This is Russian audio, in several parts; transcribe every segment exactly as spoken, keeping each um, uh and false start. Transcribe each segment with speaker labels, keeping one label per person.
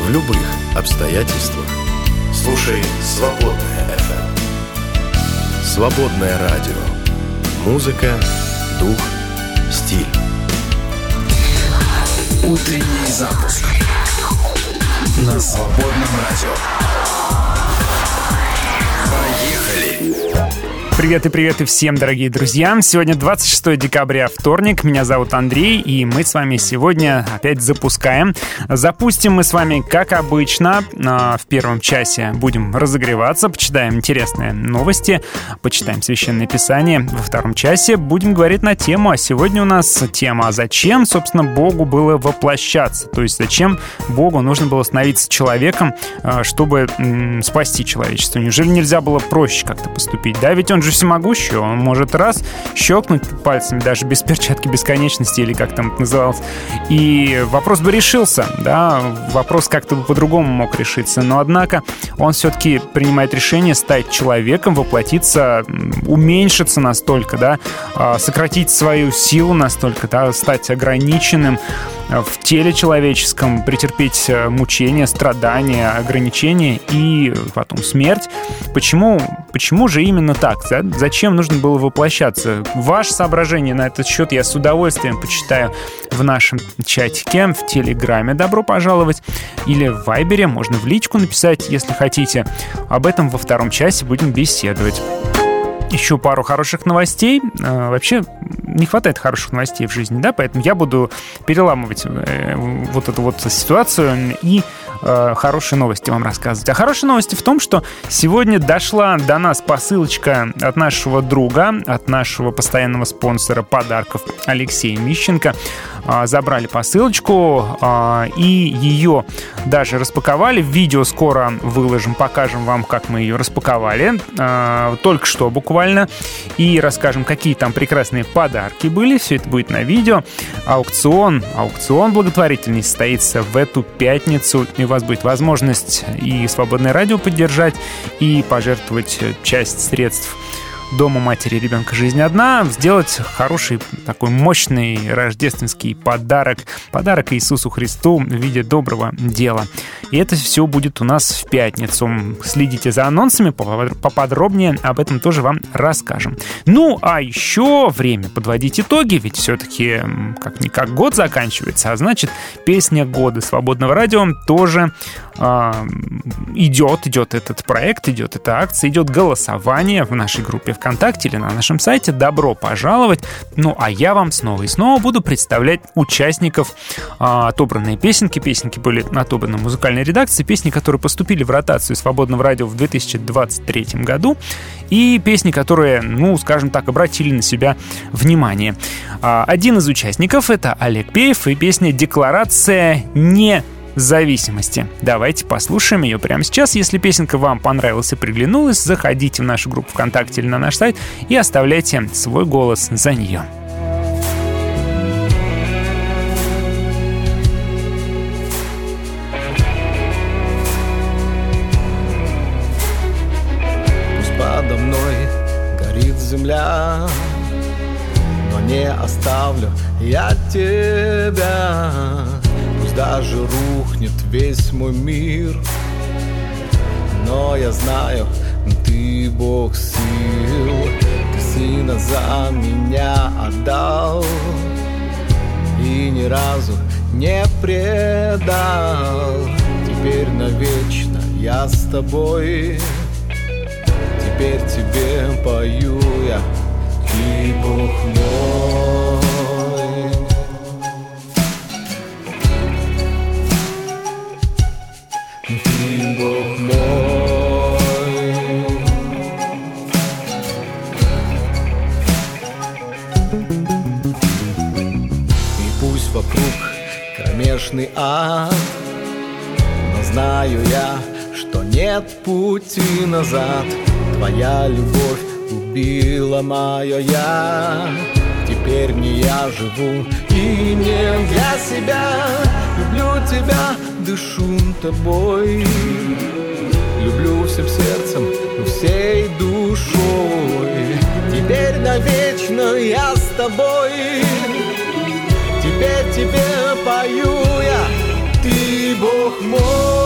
Speaker 1: в любых обстоятельствах. Слушай «Свободное эф эм». Свободное радио. Музыка, дух, стиль.
Speaker 2: Утренний запуск на Свободном радио. Поехали!
Speaker 3: Привет и привет и всем, дорогие друзья. Сегодня двадцать шестое декабря, вторник. Меня зовут Андрей, и мы с вами сегодня опять запускаем. Запустим мы с вами, как обычно, в первом часе будем разогреваться, почитаем интересные новости, почитаем Священное Писание. Во втором часе будем говорить на тему, а сегодня у нас тема «Зачем, собственно, Богу было воплощаться?» То есть зачем Богу нужно было становиться человеком, чтобы м, спасти человечество? Неужели нельзя было проще как-то поступить? Да, ведь он же всемогущий, он может раз щелкнуть пальцами, даже без перчатки бесконечности, или как там это называлось, и вопрос бы решился, да, вопрос как-то бы по-другому мог решиться, но однако он все-таки принимает решение стать человеком, воплотиться, уменьшиться настолько, да, сократить свою силу настолько, да, стать ограниченным в теле человеческом, претерпеть мучения, страдания, ограничения и потом смерть. Почему, почему же именно так? Да? Зачем нужно было воплощаться? Ваше соображение на этот счет я с удовольствием почитаю в нашем чатике, в Телеграме. Добро пожаловать. Или в Вайбере. Можно в личку написать, если хотите. Об этом во втором часе будем беседовать. Еще пару хороших новостей. Вообще не хватает хороших новостей в жизни, да, поэтому я буду переламывать вот эту вот ситуацию и хорошие новости вам рассказывать. А хорошие новости в том, что сегодня дошла до нас посылочка от нашего друга, от нашего постоянного спонсора подарков Алексея Мищенко. Забрали посылочку и ее даже распаковали. Видео скоро выложим, покажем вам, как мы ее распаковали. Только что буквально. И расскажем, какие там прекрасные подарки были. Все это будет на видео. Аукцион, аукцион благотворительный состоится в эту пятницу. И у вас будет возможность и Свободное радио поддержать, и пожертвовать часть средств Дома матери и ребенка «Жизнь одна», сделать хороший такой мощный рождественский подарок, подарок Иисусу Христу в виде доброго дела. И это все будет у нас в пятницу. Следите за анонсами, поподробнее об этом тоже вам расскажем. Ну, а еще время подводить итоги, ведь все-таки как-никак год заканчивается, а значит, песня года Свободного радио тоже э, идет, идет этот проект, идет эта акция, идет голосование в нашей группе ВКонтакте или на нашем сайте. Добро пожаловать. Ну, а я вам снова и снова буду представлять участников. А, отобранные песенки. Песенки были отобраны в музыкальной редакции. Песни, которые поступили в ротацию Свободного радио в две тысячи двадцать третьем году. И песни, которые, ну, скажем так, обратили на себя внимание. А, один из участников — это Олег Пеев и песня «Декларация не зависимости». Давайте послушаем ее прямо сейчас. Если песенка вам понравилась и приглянулась, заходите в нашу группу ВКонтакте или на наш сайт и оставляйте свой голос за нее.
Speaker 4: Пусть подо мной горит земля, но не оставлю я тебя. Даже рухнет весь мой мир, но я знаю, ты Бог сил. Ты сына за меня отдал и ни разу не предал. Теперь навечно я с тобой, теперь тебе пою я, ты Бог мой. Ты Бог мой. И пусть вокруг кромешный ад, но знаю я, что нет пути назад. Твоя любовь убила мое я. Теперь не я живу и не для себя. Люблю тебя, дышу тобой. Люблю всем сердцем, всей душой. Теперь навечно я с тобой. Теперь тебе пою я, ты Бог мой.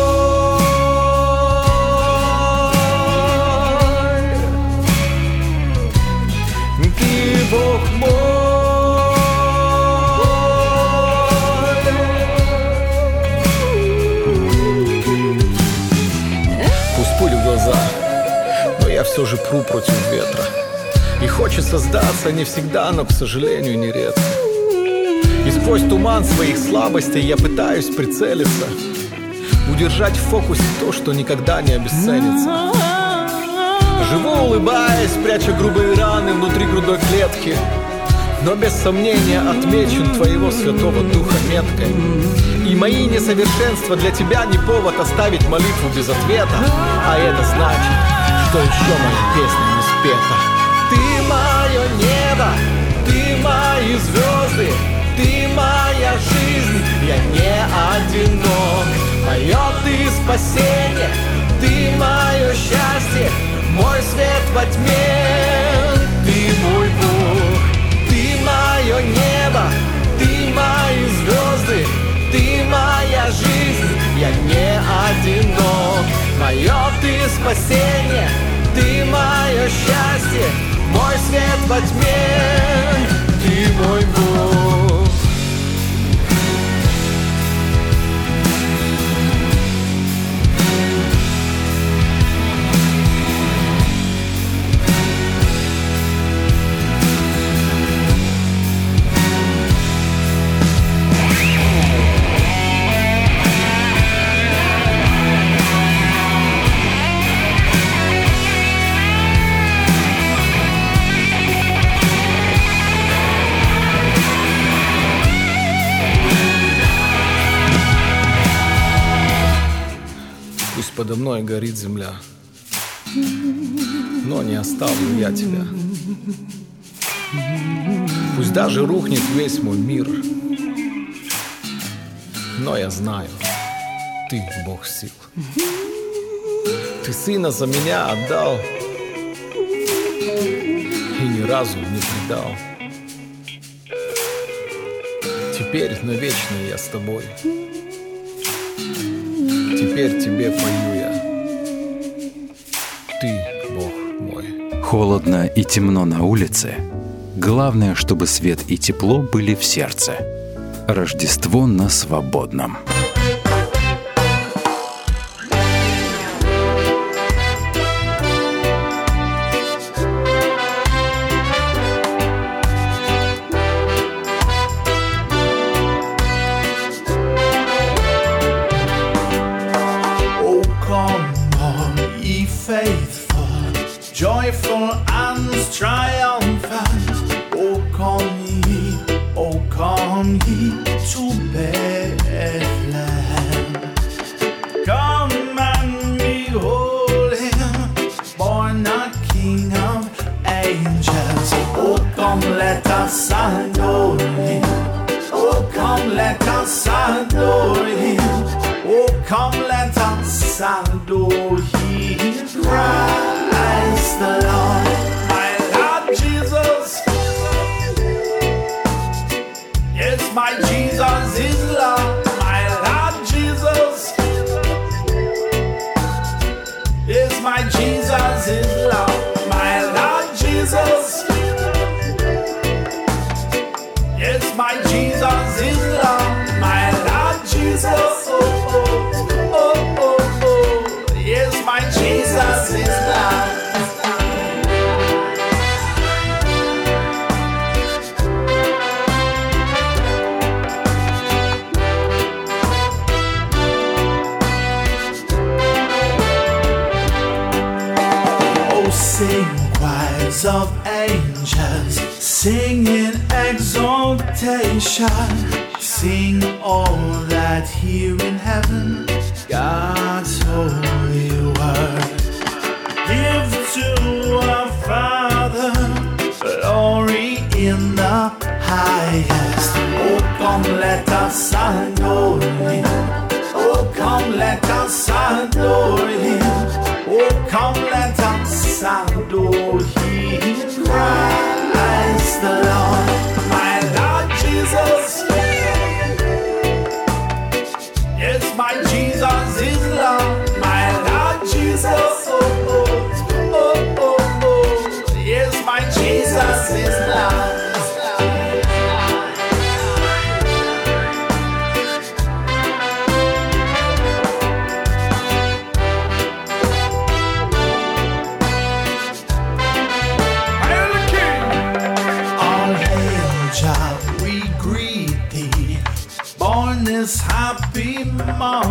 Speaker 4: все же пру против ветра. И хочется сдаться не всегда, но, к сожалению, нередко. И сквозь туман своих слабостей я пытаюсь прицелиться, удержать в фокусе то, что никогда не обесценится. Живу, улыбаясь, пряча грубые раны внутри грудной клетки, но без сомнения отмечен твоего Святого Духа меткой. И мои несовершенства для тебя не повод оставить молитву без ответа. А это значит, что еще моя песня не спета. Ты мое небо, ты мои звезды, ты моя жизнь, я не одинок. Мое ты спасение, ты мое счастье, мой свет во тьме. Ты мой Бог, ты мое небо, ты мои звезды, ты моя жизнь, я не одинок. Мое ты спасение, ты мое счастье, мой свет во тьме. Ты мой Бог. Подо мной горит земля, но не оставлю я тебя. Пусть даже рухнет весь мой мир, но я знаю, ты Бог сил. Ты сына за меня отдал и ни разу не предал. Теперь навечно я с тобой. Теперь тебе пою я. Ты, Бог мой.
Speaker 2: Холодно и темно на улице. Главное, чтобы свет и тепло были в сердце. Рождество на свободном.
Speaker 5: Joyful and triumphant, O come ye, O come ye to Bethlehem. Come and behold him, born a King of angels. O come, let us adore him. O come, let us adore him. O come, let us adore him. Christ the Lord, my Lord Jesus. Yes, my Jesus is Lord, my Lord Jesus. Yes, my Jesus is Lord, my Lord Jesus. Yes, my Jesus is Lord, my Lord Jesus. Oh, oh, oh, oh. Yes, my Jesus is Lord. Sing choirs of angels, sing in exaltation, sing all that here in heaven, God's holy word. Give to our Father glory in the highest. Oh, come, let us adore him. Oh, come, let us adore him. Oh, come, let us adore him. Christ the Lord, my Lord Jesus. Yes, my Jesus is Lord, my Lord Jesus. Oh, oh, oh, oh, oh. Yes, my Jesus is Lord.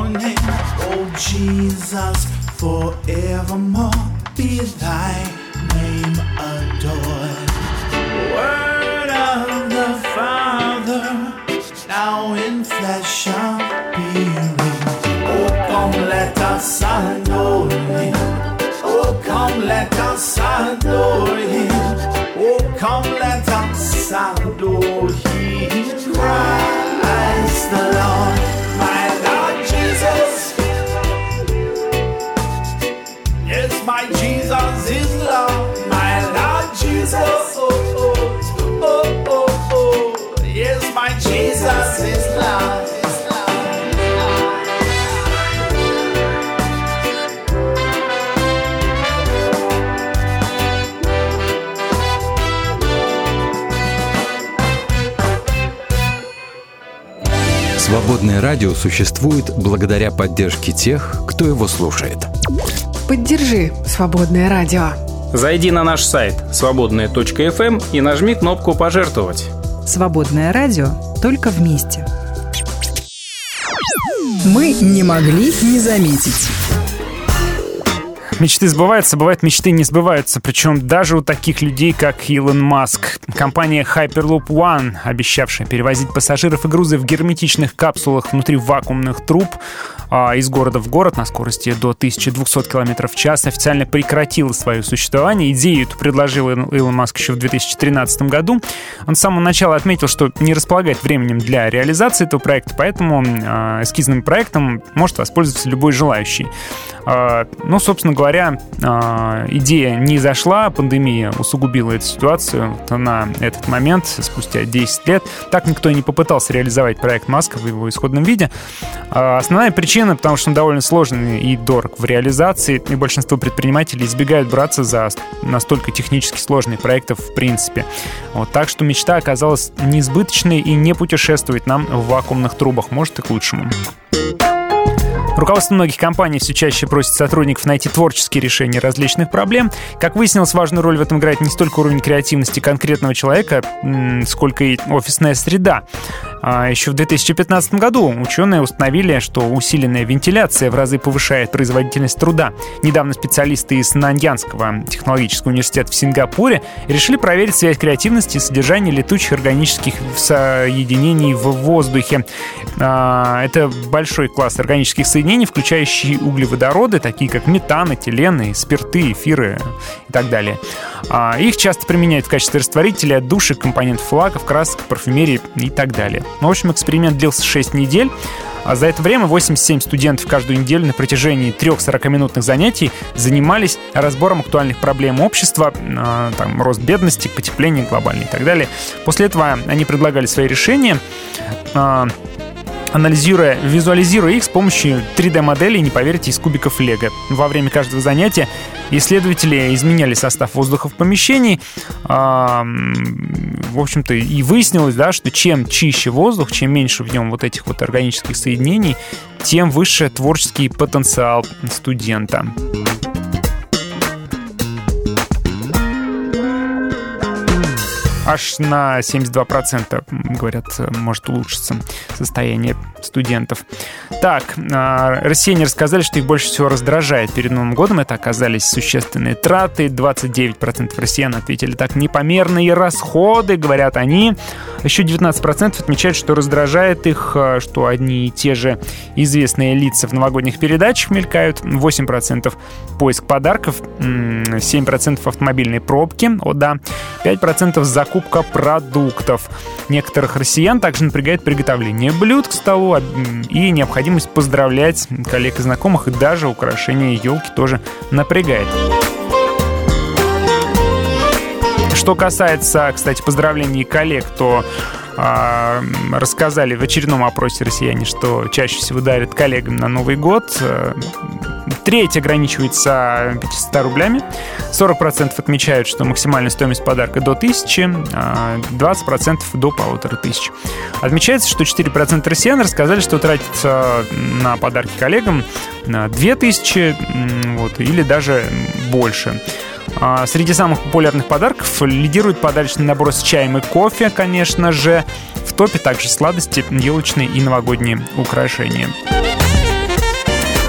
Speaker 5: your name, oh Jesus, forevermore be thy name adored. Word of the Father, now in flesh appearing. Oh, come let us adore him. Oh, come let us adore him. Oh, come let us adore him. Christ the Lord, my Lord Jesus. Yes, my Jesus is Lord, my Lord Jesus. Oh, oh, oh, oh, oh. Yes, my Jesus is Lord.
Speaker 2: Свободное радио существует благодаря поддержке тех, кто его слушает.
Speaker 6: Поддержи «Свободное радио».
Speaker 7: Зайди на наш сайт свободное точка эф эм и нажми кнопку «Пожертвовать».
Speaker 8: Свободное радио только вместе. Мы не могли не заметить.
Speaker 3: Мечты сбываются, бывает, мечты не сбываются, причем даже у таких людей, как Илон Маск. Компания Hyperloop One, обещавшая перевозить пассажиров и грузы в герметичных капсулах внутри вакуумных труб а, из города в город на скорости до тысяча двести километров в час, официально прекратила свое существование. Идею эту предложил Илон Маск еще в две тысячи тринадцатом году. Он с самого начала отметил, что не располагает временем для реализации этого проекта, поэтому а, эскизным проектом может воспользоваться любой желающий. А, ну, собственно говоря, Говоря, идея не зашла, пандемия усугубила эту ситуацию. На этот момент, спустя десять лет, так никто и не попытался реализовать проект Маска в его исходном виде. Основная причина, потому что он довольно сложный и дорог в реализации, и большинство предпринимателей избегают браться за настолько технически сложные проекты в принципе. Вот, так что мечта оказалась несбыточной, и не путешествовать нам в вакуумных трубах, может, и к лучшему. Руководство многих компаний все чаще просит сотрудников найти творческие решения различных проблем. Как выяснилось, важную роль в этом играет не столько уровень креативности конкретного человека, сколько и офисная среда. Еще в две тысячи пятнадцатом году ученые установили, что усиленная вентиляция в разы повышает производительность труда. Недавно специалисты из Наньянского технологического университета в Сингапуре решили проверить связь креативности и содержания летучих органических соединений в воздухе. Это большой класс органических соединений, включающие углеводороды, такие как метан, этилен, спирты, эфиры и так далее. Их часто применяют в качестве растворителя, отдушек, компонентов лаков, красок, парфюмерии и так далее. В общем, эксперимент длился шесть недель. А за это время восемьдесят семь студентов каждую неделю на протяжении трех сорокаминутных занятий занимались разбором актуальных проблем общества, там, рост бедности, потепление глобальное и так далее. После этого они предлагали свои решения, анализируя, визуализируя их с помощью три дэ-моделей, не поверите, из кубиков Лего. Во время каждого занятия исследователи изменяли состав воздуха в помещении. В общем-то, и выяснилось, да, что чем чище воздух, чем меньше в нем вот этих вот органических соединений, тем выше творческий потенциал студента. Аж на семьдесят два процента, говорят, может улучшиться состояние студентов. Так, россияне рассказали, что их больше всего раздражает перед Новым годом. Это оказались существенные траты. двадцать девять процентов россиян ответили так: непомерные расходы, говорят они. Еще девятнадцать процентов отмечают, что раздражает их, что одни и те же известные лица в новогодних передачах мелькают. восемь процентов поиск подарков, семь процентов автомобильные пробки, о да, пять процентов закупки Покупка продуктов. Некоторых россиян также напрягает приготовление блюд к столу и необходимость поздравлять коллег и знакомых, и даже украшение елки тоже напрягает. Что касается, кстати, поздравлений коллег, то э, рассказали в очередном опросе россияне, что чаще всего дарят коллегам на Новый год. Треть ограничивается пятьюстами рублями. сорок процентов отмечают, что максимальная стоимость подарка до тысячи, двадцать процентов до полутора тысяч. Отмечается, что четыре процента россиян рассказали, что тратятся на подарки коллегам на две тысячи, вот, или даже больше. Среди самых популярных подарков лидирует подарочный набор с чаем и кофе, конечно же. В топе также сладости, елочные и новогодние украшения.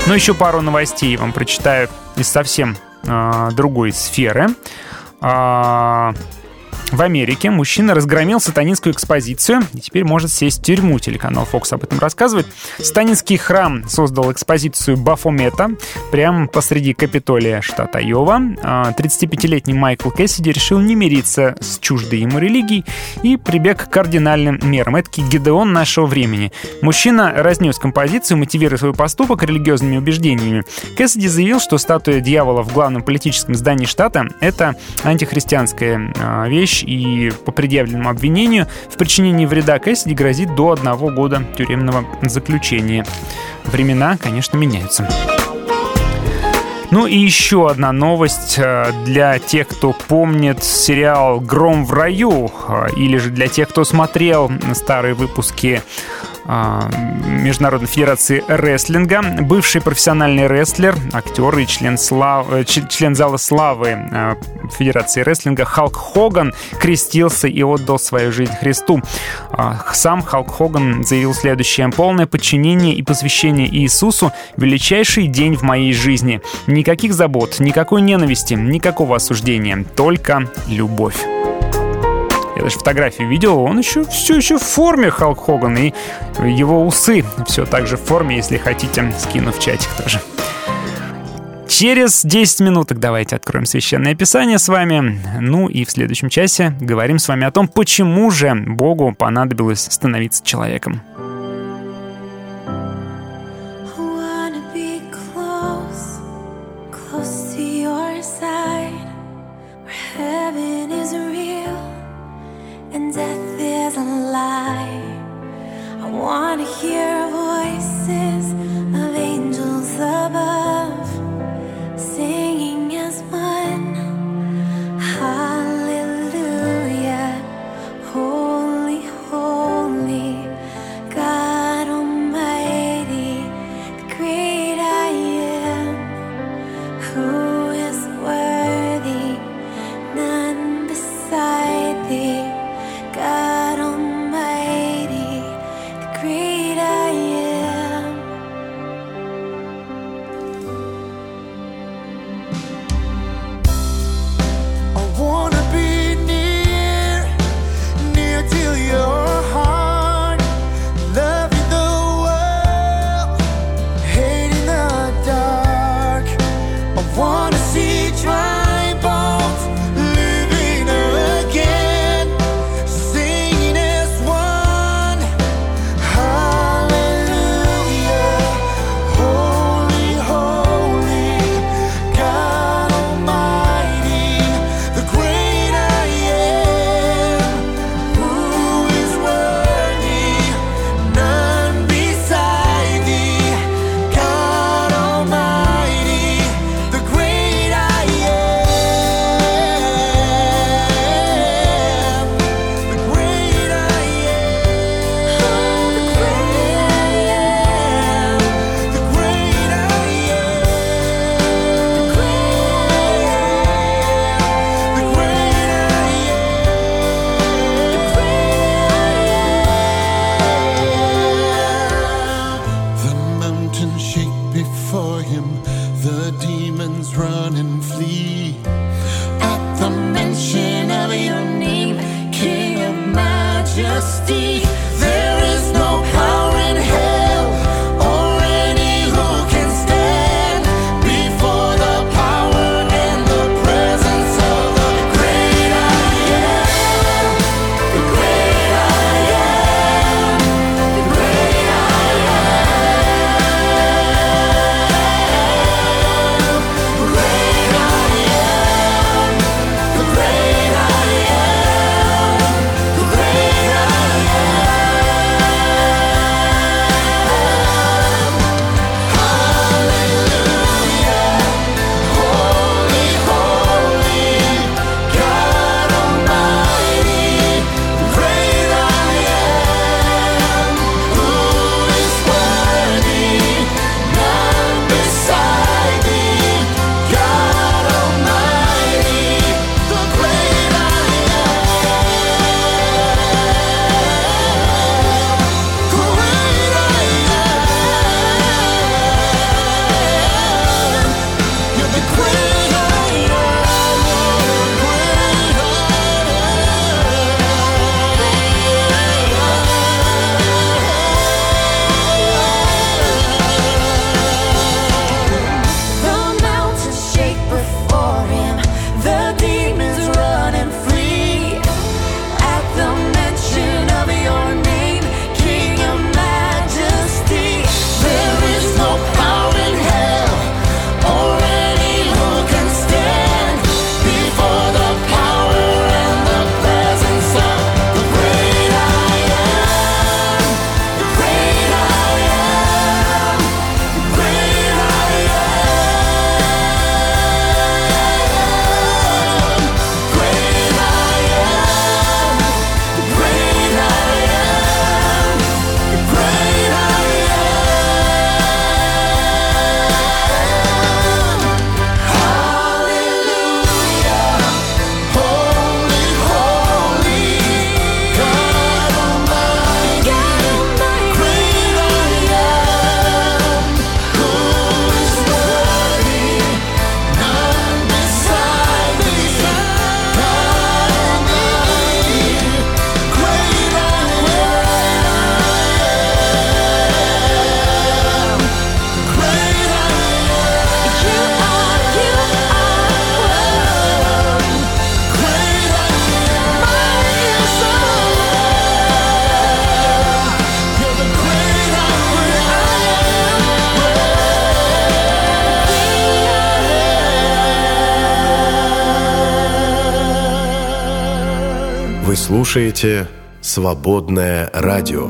Speaker 3: Ну, еще пару новостей я вам прочитаю из совсем э, другой сферы. Э, В Америке мужчина разгромил сатанинскую экспозицию и теперь может сесть в тюрьму. Телеканал Fox об этом рассказывает. Сатанинский храм создал экспозицию Бафомета прямо посреди Капитолия, штата Айова. тридцатипятилетний Майкл Кэссиди решил не мириться с чуждой ему религией и прибег к кардинальным мерам. Это Гидеон нашего времени. Мужчина разнес композицию, мотивируя свой поступок религиозными убеждениями. Кэссиди заявил, что статуя дьявола в главном политическом здании штата — это антихристианская вещь, и по предъявленному обвинению в причинении вреда Кэссиди грозит до одного года тюремного заключения. Времена, конечно, меняются. Ну и еще одна новость для тех, кто помнит сериал «Гром в раю», или же для тех, кто смотрел старые выпуски Международной федерации рестлинга. Бывший профессиональный рестлер, актер и член, слав... член зала славы Федерации рестлинга Халк Хоган крестился и отдал свою жизнь Христу. Сам Халк Хоган заявил следующее: «Полное подчинение и посвящение Иисусу — величайший день в моей жизни. Никаких забот, никакой ненависти, никакого осуждения, только любовь». Я даже фотографию видел, он еще все еще в форме, Халк Хоган, и его усы все так же в форме, если хотите, скину в чатик тоже. Через десять минуток давайте откроем Священное Писание с вами. Ну и в следующем часе говорим с вами о том, почему же Богу понадобилось становиться человеком.
Speaker 9: And death is a lie. I want to hear voices of angels above, singing as one. Hallelujah. Holy, holy, God Almighty, the great I am. Who is worthy? None beside thee. God Almighty, the great I am.
Speaker 5: I wanna be near, near to your heart, loving the world, hating the dark. I wanna see dry bones living again, singing as one. Hallelujah. Holy, holy, God Almighty, the great I am. Who is worthy? None beside thee. God Almighty, the great I am. The great I am. The great I am. The great I am. The great I am. The great I am. The mountains shake before him, the demons run and flee. At the mention of your name, King of Majesty, there is no power in hell or any who can stand before the power and the presence of the great I am. The great I am. The great I am. The great I am.
Speaker 1: слушаете «Свободное радио».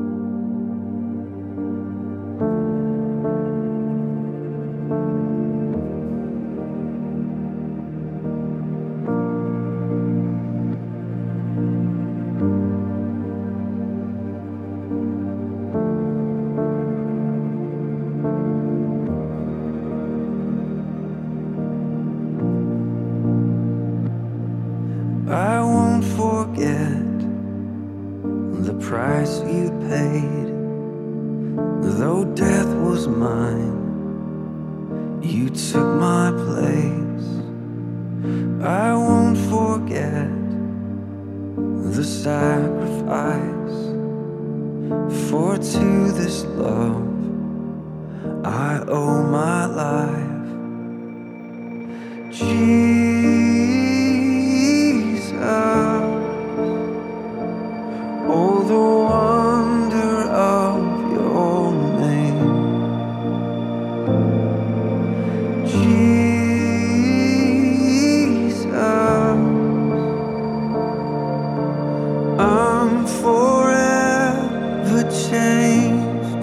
Speaker 10: I won't forget the price you paid. Though death was mine, you took my place. I won't forget the sacrifice, for to this love I owe my life. Jesus, oh, the wonder of your name. Jesus, I'm forever changed.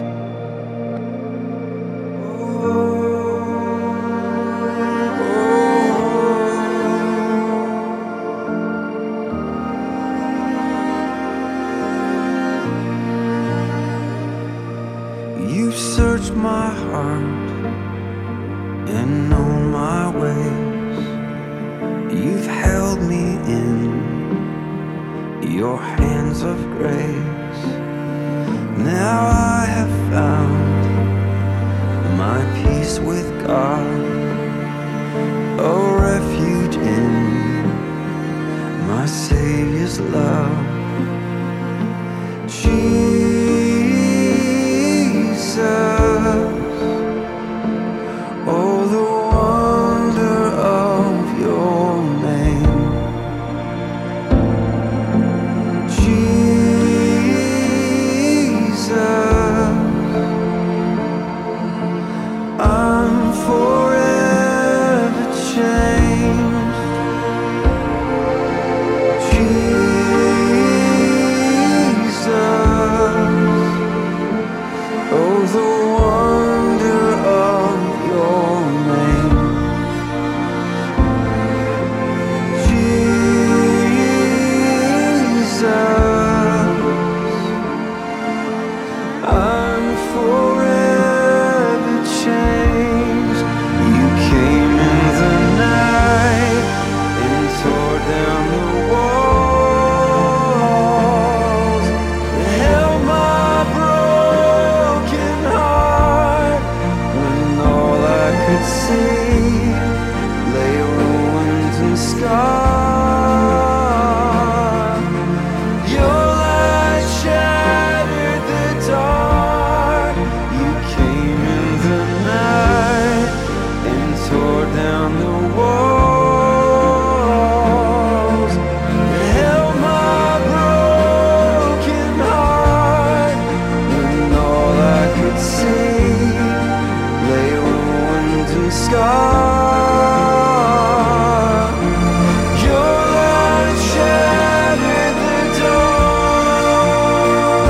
Speaker 10: You've searched my heart and known my ways. You've held me in your hands of grace. Now I have found my peace with God, a refuge in my Savior's love. Jesus, oh, the wonder of your name. Jesus, I'm forever changed. Jesus, oh, the wonder of your name. Jesus, I'm forever changed. You came in the night and tore down the walls that held my broken heart, when all I could see lay ruined and scarred. Your light shattered the dark. You came in the night and tore down the walls that held my broken heart, when all I could see lay ruined and scarred. Your light shattered the door.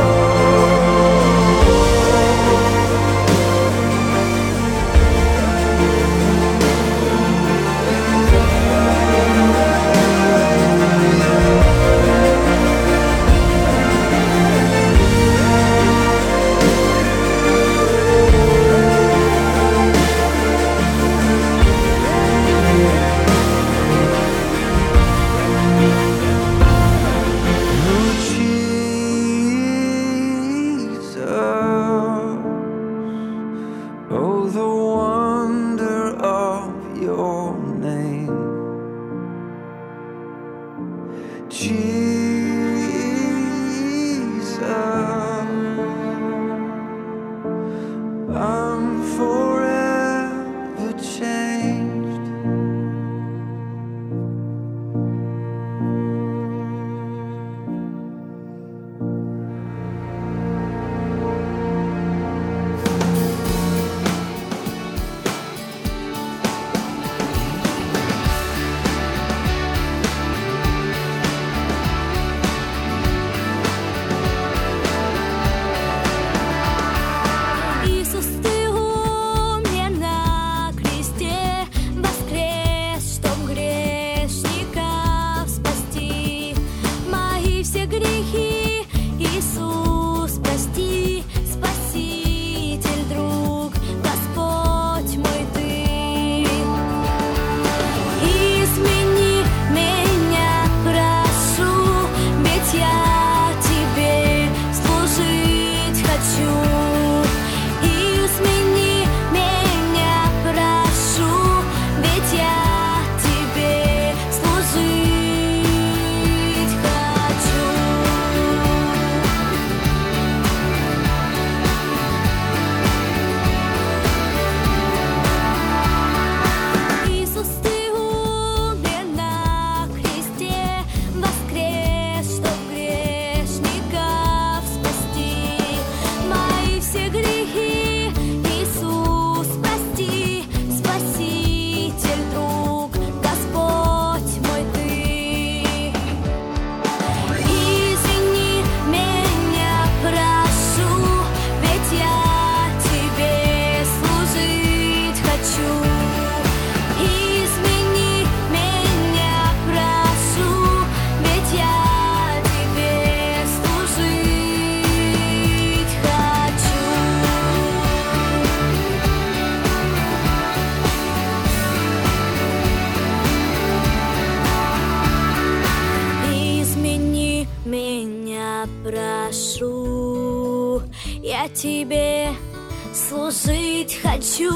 Speaker 9: тебе служить хочу.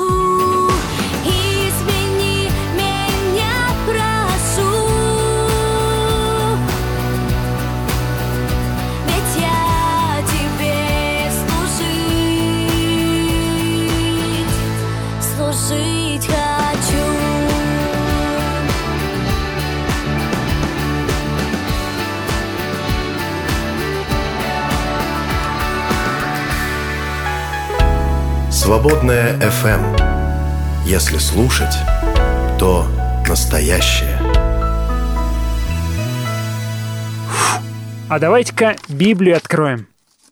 Speaker 9: Измени меня, прошу, ведь я тебе служить, служить хочу.
Speaker 1: Свободная эф эм. Если слушать, то настоящее.
Speaker 3: А давайте-ка Библию откроем.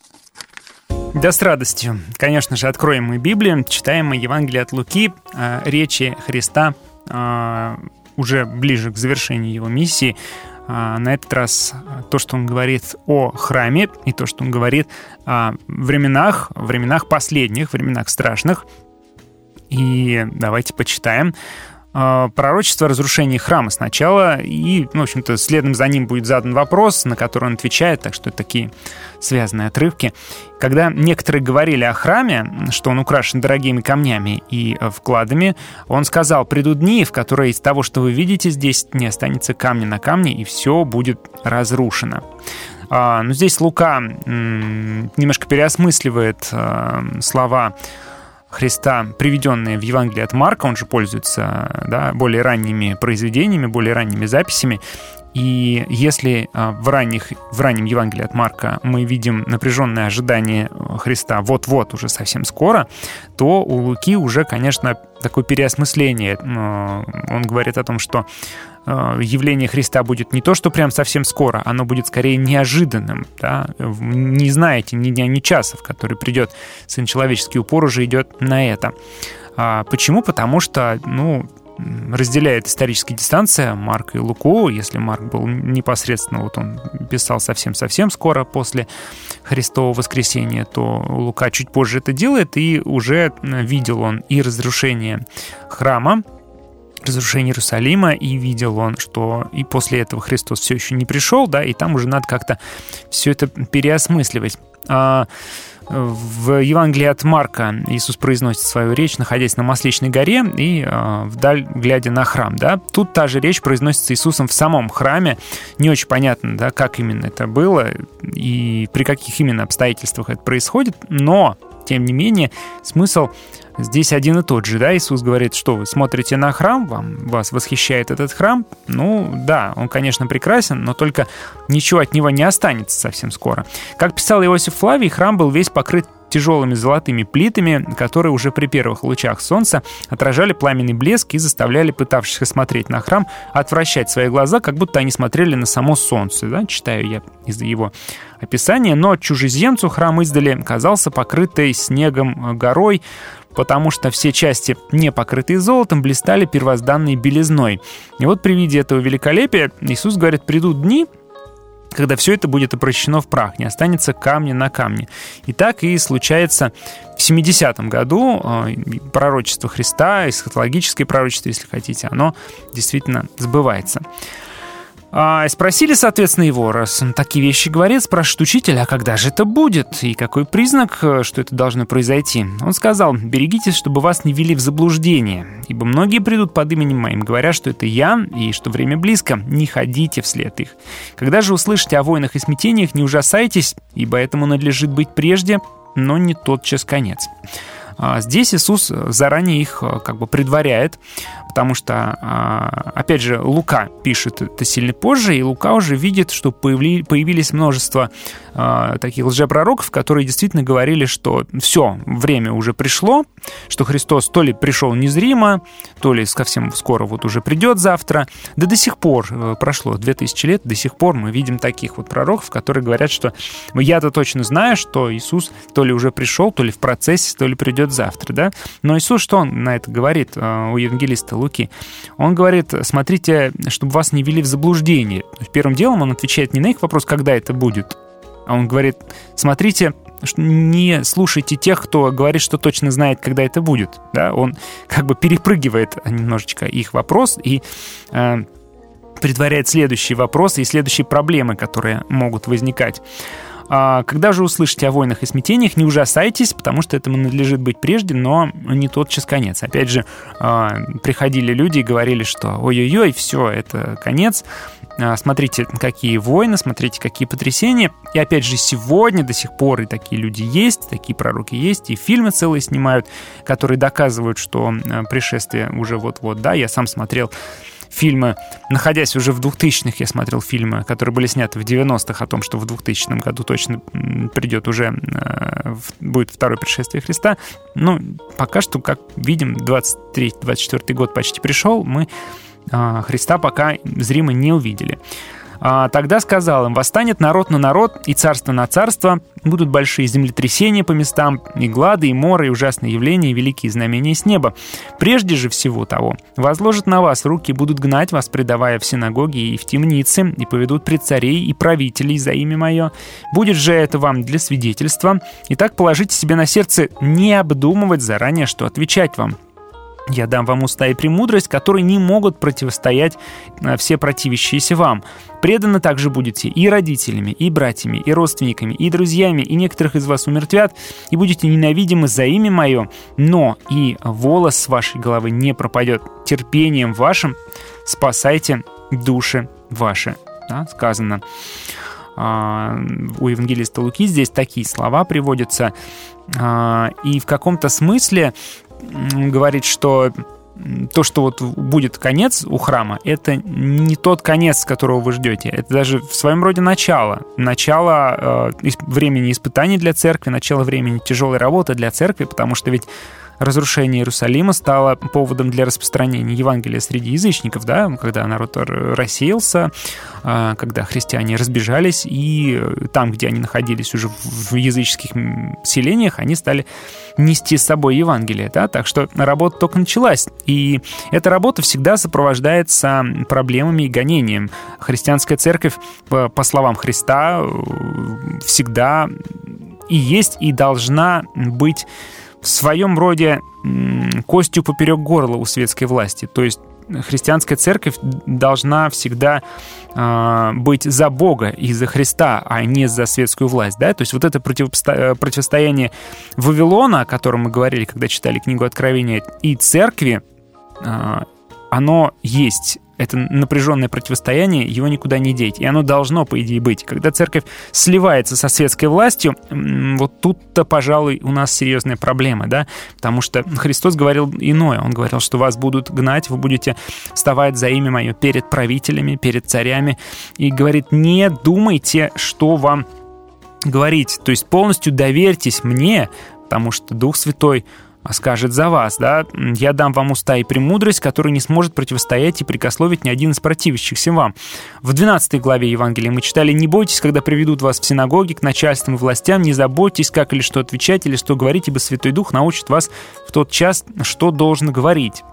Speaker 3: Да, с радостью. Конечно же, откроем мы Библию, читаем мы Евангелие от Луки, э, речи Христа э, уже ближе к завершению его миссии. Э, на этот раз то, что он говорит о храме, и то, что он говорит о временах, временах последних, временах страшных. И давайте почитаем пророчество о разрушении храма сначала, и, ну, в общем-то, следом за ним будет задан вопрос, на который он отвечает, так что это такие связанные отрывки. Когда некоторые говорили о храме, что он украшен дорогими камнями и вкладами, он сказал: «Придут дни, в которые из того, что вы видите здесь, не останется камня на камне, и все будет разрушено». Но здесь Лука немножко переосмысливает слова Христа, приведенные в Евангелии от Марка. Он же пользуется, да, более ранними произведениями, более ранними записями. И если в, ранних, в раннем Евангелии от Марка мы видим напряженное ожидание Христа вот-вот, уже совсем скоро, то у Луки уже, конечно, такое переосмысление. Он говорит о том, что явление Христа будет не то, что прям совсем скоро, оно будет скорее неожиданным. Да? Не знаете ни дня, ни часа, в который придет Сын Человеческий, упор уже идет на это. А почему? Потому что, ну, разделяет историческая дистанция Марка и Луку. Если Марк был непосредственно, вот он писал совсем-совсем скоро после Христового воскресения, то Лука чуть позже это делает, и уже видел он и разрушение храма, разрушение Иерусалима, и видел он, что и после этого Христос все еще не пришел, да, и там уже надо как-то все это переосмысливать. А в Евангелии от Марка Иисус произносит свою речь, находясь на Масличной горе и э, вдаль глядя на храм. Да? Тут та же речь произносится Иисусом в самом храме. Не очень понятно, да, как именно это было и при каких именно обстоятельствах это происходит, но, тем не менее, смысл здесь один и тот же. Да? Иисус говорит, что вы смотрите на храм, вам, вас восхищает этот храм. Ну да, он, конечно, прекрасен, но только ничего от него не останется совсем скоро. Как писал Иосиф Флавий, храм был весь покрыт тяжелыми золотыми плитами, которые уже при первых лучах солнца отражали пламенный блеск и заставляли пытавшихся смотреть на храм отвращать свои глаза, как будто они смотрели на само солнце. Да? Читаю я из его описания. Но чужеземцу храм издали казался покрытой снегом горой, потому что все части, не покрытые золотом, блистали первозданной белизной. И вот при виде этого великолепия Иисус говорит: придут дни, когда все это будет обращено в прах, не останется камня на камне. И так и случается в семидесятом году. Пророчество Христа, эсхатологическое пророчество, если хотите, оно действительно сбывается. А спросили, соответственно, его, раз он такие вещи говорит, спрашивают: учитель, а когда же это будет? И какой признак, что это должно произойти? Он сказал: берегитесь, чтобы вас не ввели в заблуждение, ибо многие придут под именем моим, говоря, что это я, и что время близко, не ходите вслед их. Когда же услышите о войнах и смятениях, не ужасайтесь, ибо этому надлежит быть прежде, но не тотчас конец. Здесь Иисус заранее их как бы предваряет, потому что, опять же, Лука пишет это сильно позже, и Лука уже видит, что появили, появились множество таких лжепророков, которые действительно говорили, что все, время уже пришло, что Христос то ли пришел незримо, то ли совсем скоро вот уже придет завтра. Да до сих пор прошло две тысячи лет, до сих пор мы видим таких вот пророков, которые говорят, что я-то точно знаю, что Иисус то ли уже пришел, то ли в процессе, то ли придет завтра, да? Но Иисус, что он на это говорит у евангелиста Луки? Он говорит: смотрите, чтобы вас не ввели в заблуждение. Первым делом он отвечает не на их вопрос, когда это будет, а он говорит: смотрите, не слушайте тех, кто говорит, что точно знает, когда это будет. Да? Он как бы перепрыгивает немножечко их вопрос и э, предваряет следующие вопросы и следующие проблемы, которые могут возникать. Когда же услышите о войнах и смятениях, не ужасайтесь, потому что этому надлежит быть прежде, но не тотчас конец. Опять же, приходили люди и говорили, что ой-ой-ой, все, это конец. Смотрите, какие войны, смотрите, какие потрясения. И опять же, сегодня до сих пор и такие люди есть, такие пророки есть, и фильмы целые снимают, которые доказывают, что пришествие уже вот-вот. Да, я сам смотрел фильмы, находясь уже в двухтысячных, я смотрел фильмы, которые были сняты в девяностых, о том, что в двухтысячном году точно придет уже, будет второе пришествие Христа. Ну, пока что, как видим, двадцать третий — двадцать четвёртый год почти пришел, мы Христа пока зримо не увидели. Тогда сказал им: восстанет народ на народ, и царство на царство, будут большие землетрясения по местам, и глады, и моры, и ужасные явления, и великие знамения с неба. Прежде же всего того, возложат на вас руки, будут гнать вас, предавая в синагоги и в темницы, и поведут пред царей и правителей за имя мое. Будет же это вам для свидетельства. Итак, положите себе на сердце не обдумывать заранее, что отвечать вам. Я дам вам уста и премудрость, которые не могут противостоять все противящиеся вам. Преданы также будете и родителями, и братьями, и родственниками, и друзьями, и некоторых из вас умертвят, и будете ненавидимы за имя мое, но и волос с вашей головы не пропадет. Терпением вашим спасайте души ваши. Да, сказано у евангелиста Луки, здесь такие слова приводятся, и в каком-то смысле говорит, что то, что вот будет конец у храма, это не тот конец, которого вы ждете. Это даже в своем роде начало. Начало э, времени испытаний для церкви, начало времени тяжелой работы для церкви, потому что ведь разрушение Иерусалима стало поводом для распространения Евангелия среди язычников, да, когда народ рассеялся, когда христиане разбежались, и там, где они находились уже в языческих селениях, они стали нести с собой Евангелие, да, так что работа только началась, и эта работа всегда сопровождается проблемами и гонением. Христианская церковь, по словам Христа, всегда и есть, и должна быть в своем роде костью поперек горла у светской власти. То есть христианская церковь должна всегда э, быть за Бога и за Христа, а не за светскую власть. Да? То есть вот это противосто... противостояние Вавилона, о котором мы говорили, когда читали книгу Откровения, и церкви, э, оно есть. Это напряженное противостояние, его никуда не деть. И оно должно, по идее, быть. Когда церковь сливается со светской властью, вот тут-то, пожалуй, у нас серьезная проблема, да? Потому что Христос говорил иное. Он говорил, что вас будут гнать, вы будете вставать за имя мое перед правителями, перед царями. И говорит, не думайте, что вам говорить. То есть полностью доверьтесь мне, потому что Дух Святой скажет за вас, да, я дам вам уста и премудрость, которая не сможет противостоять и прикословить ни один из противящихся вам. В двенадцатой главе Евангелия мы читали: не бойтесь, когда приведут вас в синагоги к начальствам и властям, не заботьтесь, как или что отвечать, или что говорить, ибо Святой Дух научит вас в тот час, что должен говорить.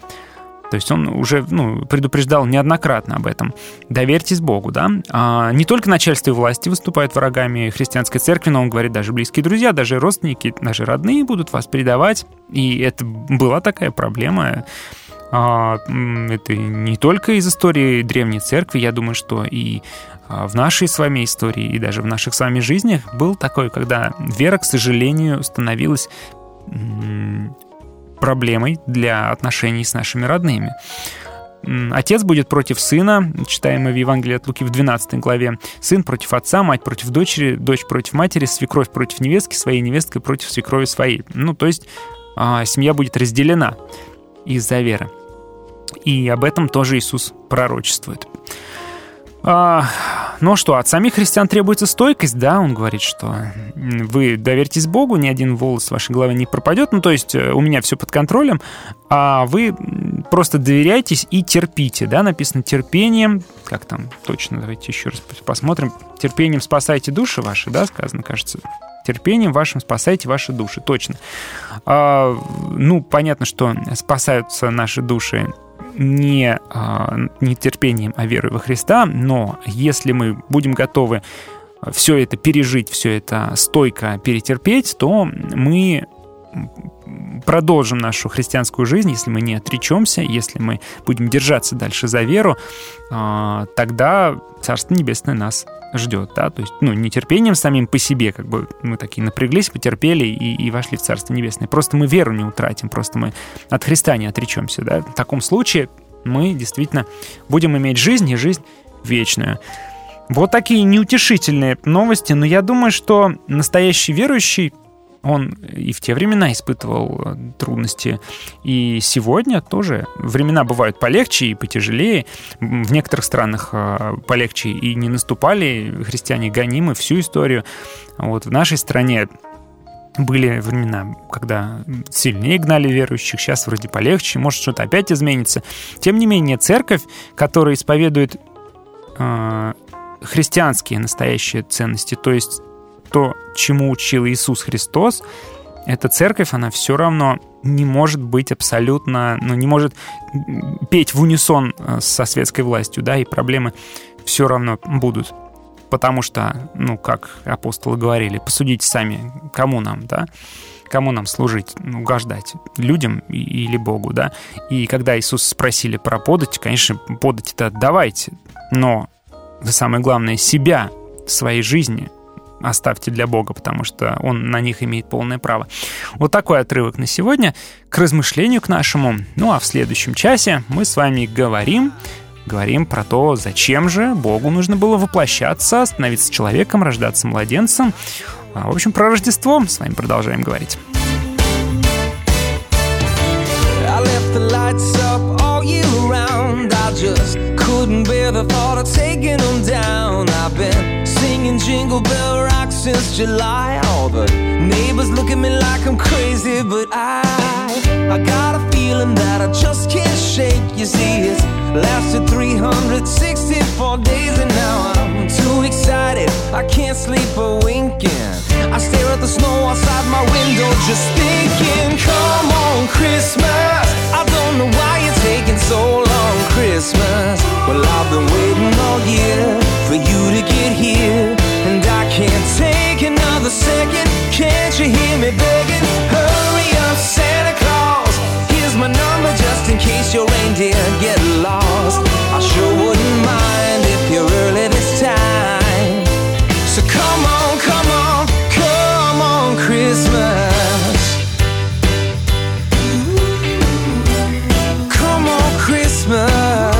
Speaker 3: То есть он уже ну, предупреждал неоднократно об этом. Доверьтесь Богу, да? А не только начальство и власти выступают врагами христианской церкви, но он говорит, даже близкие друзья, даже родственники, даже родные будут вас предавать. И это была такая проблема. А, это не только из истории древней церкви, я думаю, что и в нашей с вами истории, и даже в наших с вами жизнях был такой, когда вера, к сожалению, становилась проблемой для отношений с нашими родными. Отец будет против сына, читаем мы в Евангелии от Луки в двенадцатой главе. Сын против отца, мать против дочери, дочь против матери, свекровь против невестки, своей невесткой против свекрови своей. Ну, то есть семья будет разделена из-за веры. И об этом тоже Иисус пророчествует. А, ну что, от самих христиан требуется стойкость, да, он говорит, что вы доверьтесь Богу, ни один волос с вашей головы не пропадет, ну то есть у меня все под контролем, а вы просто доверяйтесь и терпите, да, написано терпением, как там точно, давайте еще раз посмотрим, терпением спасайте души ваши, да, сказано, кажется, терпением вашим спасайте ваши души, точно. А, ну, понятно, что спасаются наши души не, не терпением, а верой во Христа, но если мы будем готовы все это пережить, все это стойко перетерпеть, то мы продолжим нашу христианскую жизнь, если мы не отречемся, если мы будем держаться дальше за веру, тогда Царство Небесное нас ждет, да, то есть, ну, нетерпением самим по себе, как бы мы такие напряглись, потерпели и, и вошли в Царство Небесное. Просто мы веру не утратим, просто мы от Христа не отречемся, да. В таком случае мы действительно будем иметь жизнь и жизнь вечную. Вот такие неутешительные новости, но я думаю, что настоящий верующий, он и в те времена испытывал трудности, и сегодня тоже. Времена бывают полегче и потяжелее. В некоторых странах полегче и не наступали христиане гонимы всю историю. Вот в нашей стране были времена, когда сильнее гнали верующих, сейчас вроде полегче, может, что-то опять изменится. Тем не менее, церковь, которая исповедует э, христианские настоящие ценности, то есть то, чему учил Иисус Христос, эта церковь, она все равно не может быть абсолютно, ну, не может петь в унисон со светской властью, да, и проблемы все равно будут. Потому что, ну, как апостолы говорили, посудите сами, кому нам, да, кому нам служить, угождать, людям или Богу, да. И когда Иисус спросили про подать, конечно, подать-то отдавайте, но вы, самое главное, себя, своей жизни оставьте для Бога, потому что Он на них имеет полное право. Вот такой отрывок на сегодня к размышлению к нашему. Ну а в следующем часе мы с вами говорим, говорим про то, зачем же Богу нужно было воплощаться, становиться человеком, рождаться младенцем. В общем, про Рождество с вами продолжаем говорить.
Speaker 10: Couldn't bear the thought of taking them down. I've been singing Jingle Bell Rock since July. All the neighbors look at me like I'm crazy, but I I got a feeling that I just can't shake. You see, it's lasted three hundred sixty-four days, and now I'm too excited, I can't sleep a winking. I stare at the snow outside my window, just thinking, come on Christmas, I don't know why you're taking so long, Christmas. Well, I've been waiting all year for you to get here, and I can't take another second. Can't you hear me begging? Hurry up, Santa Claus, here's my number just in case your reindeer get lost. I sure wouldn't mind if you're early this time. So come on, come on, come on Christmas. Come on Christmas.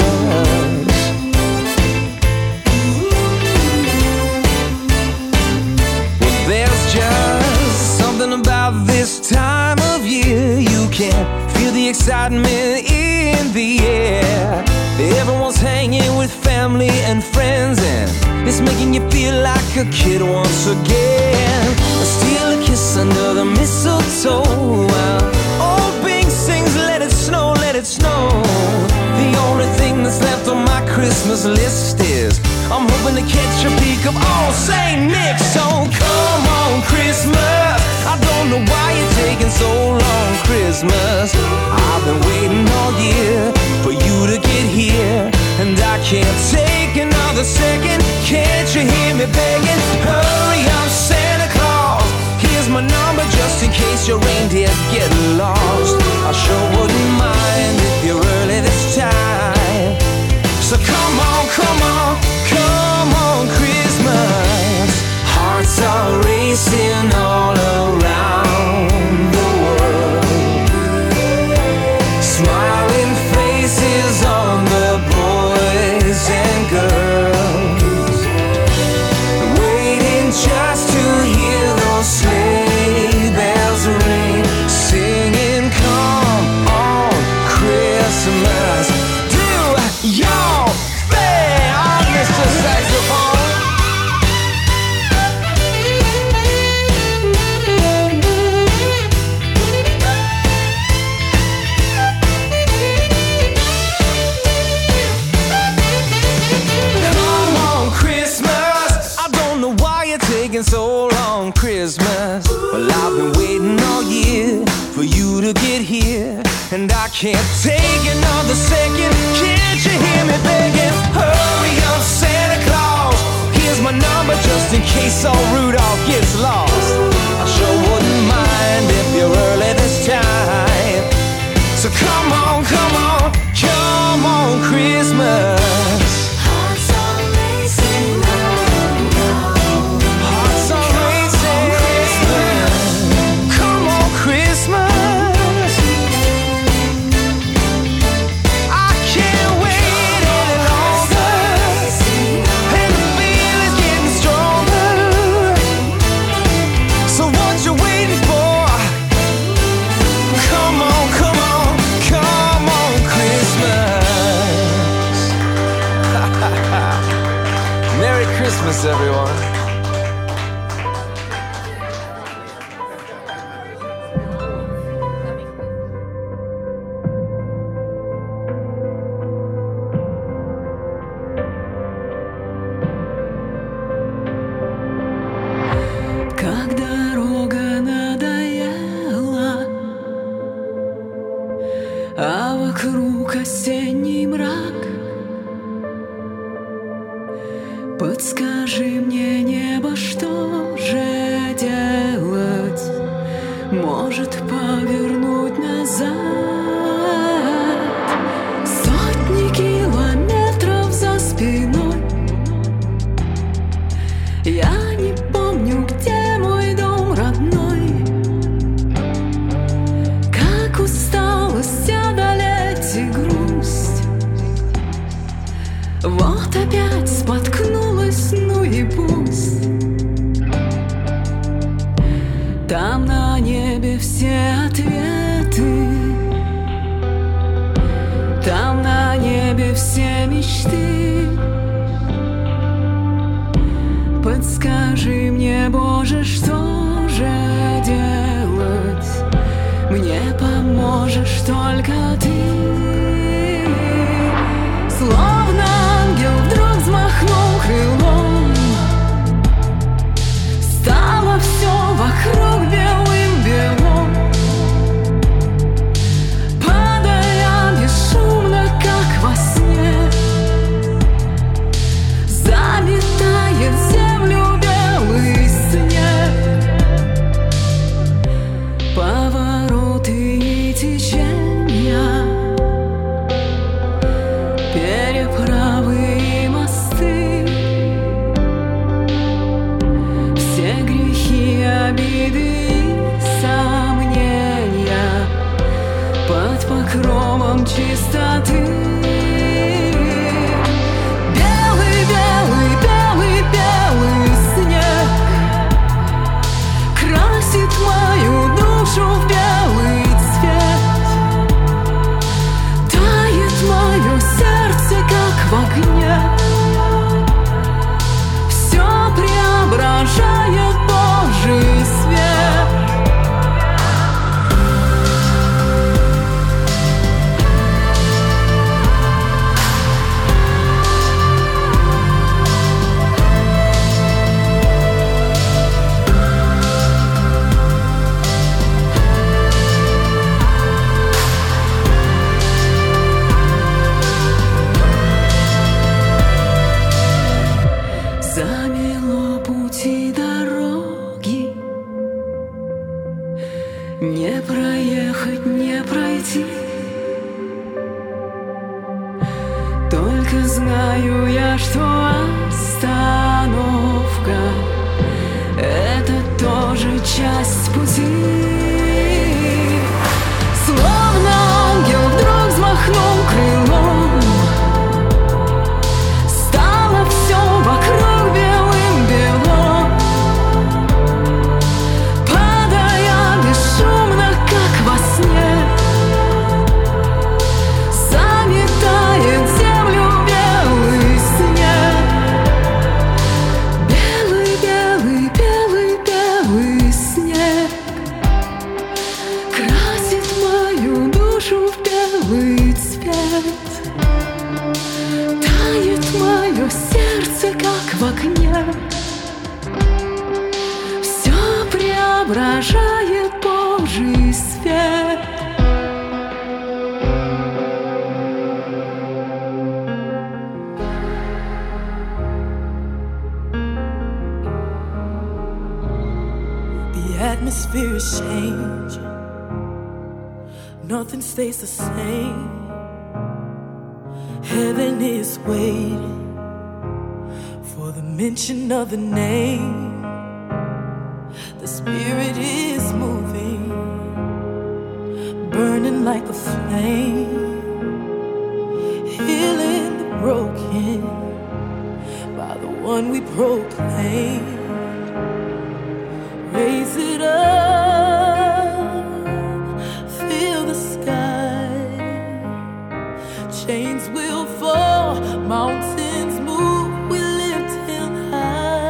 Speaker 10: Well, there's just something about this time of year. You can feel the excitement in the air. Everyone's hanging with family and friends, and it's making you feel like a kid once again. Steal a kiss under the mistletoe while old Bing sings let it snow, let it snow. The only thing that's left on my Christmas list is I'm hoping to catch a peek of old Saint Nick. So come on Christmas, I don't know why you're taking so long, Christmas. I've been waiting all year for you to get here, and I can't take another second. Can't you hear me begging? Hurry up, Santa Claus, here's my number just in case your reindeer get lost. I sure wouldn't mind if you're early this time. So come on, come on, come on Christmas. Hearts are racing all around the world, smiling faces on the boys and girls, waiting just to hear those sleigh bells ring, singing come on Christmas. Do y'all think, Mister Saxophone? So long, Christmas. Well, I've been waiting all year for you to get here, and I can't take another second. Can't you hear me begging? Hurry up, Santa Claus, here's my number just in case old Rudolph gets lost. I sure wouldn't mind if you're early Thanks, everyone.
Speaker 11: Как дорога надоела, а вокруг осенний мрак, подскажи мне, небо, что же делать? Может, повернуть назад? Сотни километров за спиной, я не помню, где мой дом родной. Как усталость одолеть и грусть. Вот опять споткнулась, ну и пусть. Там на небе все ответы, там на небе все мечты. Подскажи мне, Боже, что же делать? Мне поможешь только ты. Словно ангел вдруг взмахнул крылом, стало все вокруг белым-белым, падая бесшумно, как во сне, заметает землю белый снег. Повороты и течения, переправы и мосты, все грехи, обиды и сомнения под покровом чистоты. Белый, белый, белый, белый снег красит мою душу в белый цвет. Тает мое сердце, как в огне, все преображает Божий свет. Замело пути дороги, не проехать, не пройти. Только знаю я, что остановка — это тоже часть пути. Словно ангел вдруг взмахнул крылом, стало все вокруг белым-белым, падая бесшумно, как во сне, заметает землю белый снег. Белый, белый, белый, белый снег красит мою душу в белый цвет. Тает мое сердце, как в огне, все преображает Божий свет.
Speaker 12: The atmosphere is changing, nothing stays the same. Heaven is waiting for the mention of the name. The Spirit is moving, burning like a flame, healing the broken by the one we proclaim. Raise it up, feel the sky. Chains will fall, mountains move, we lift him high.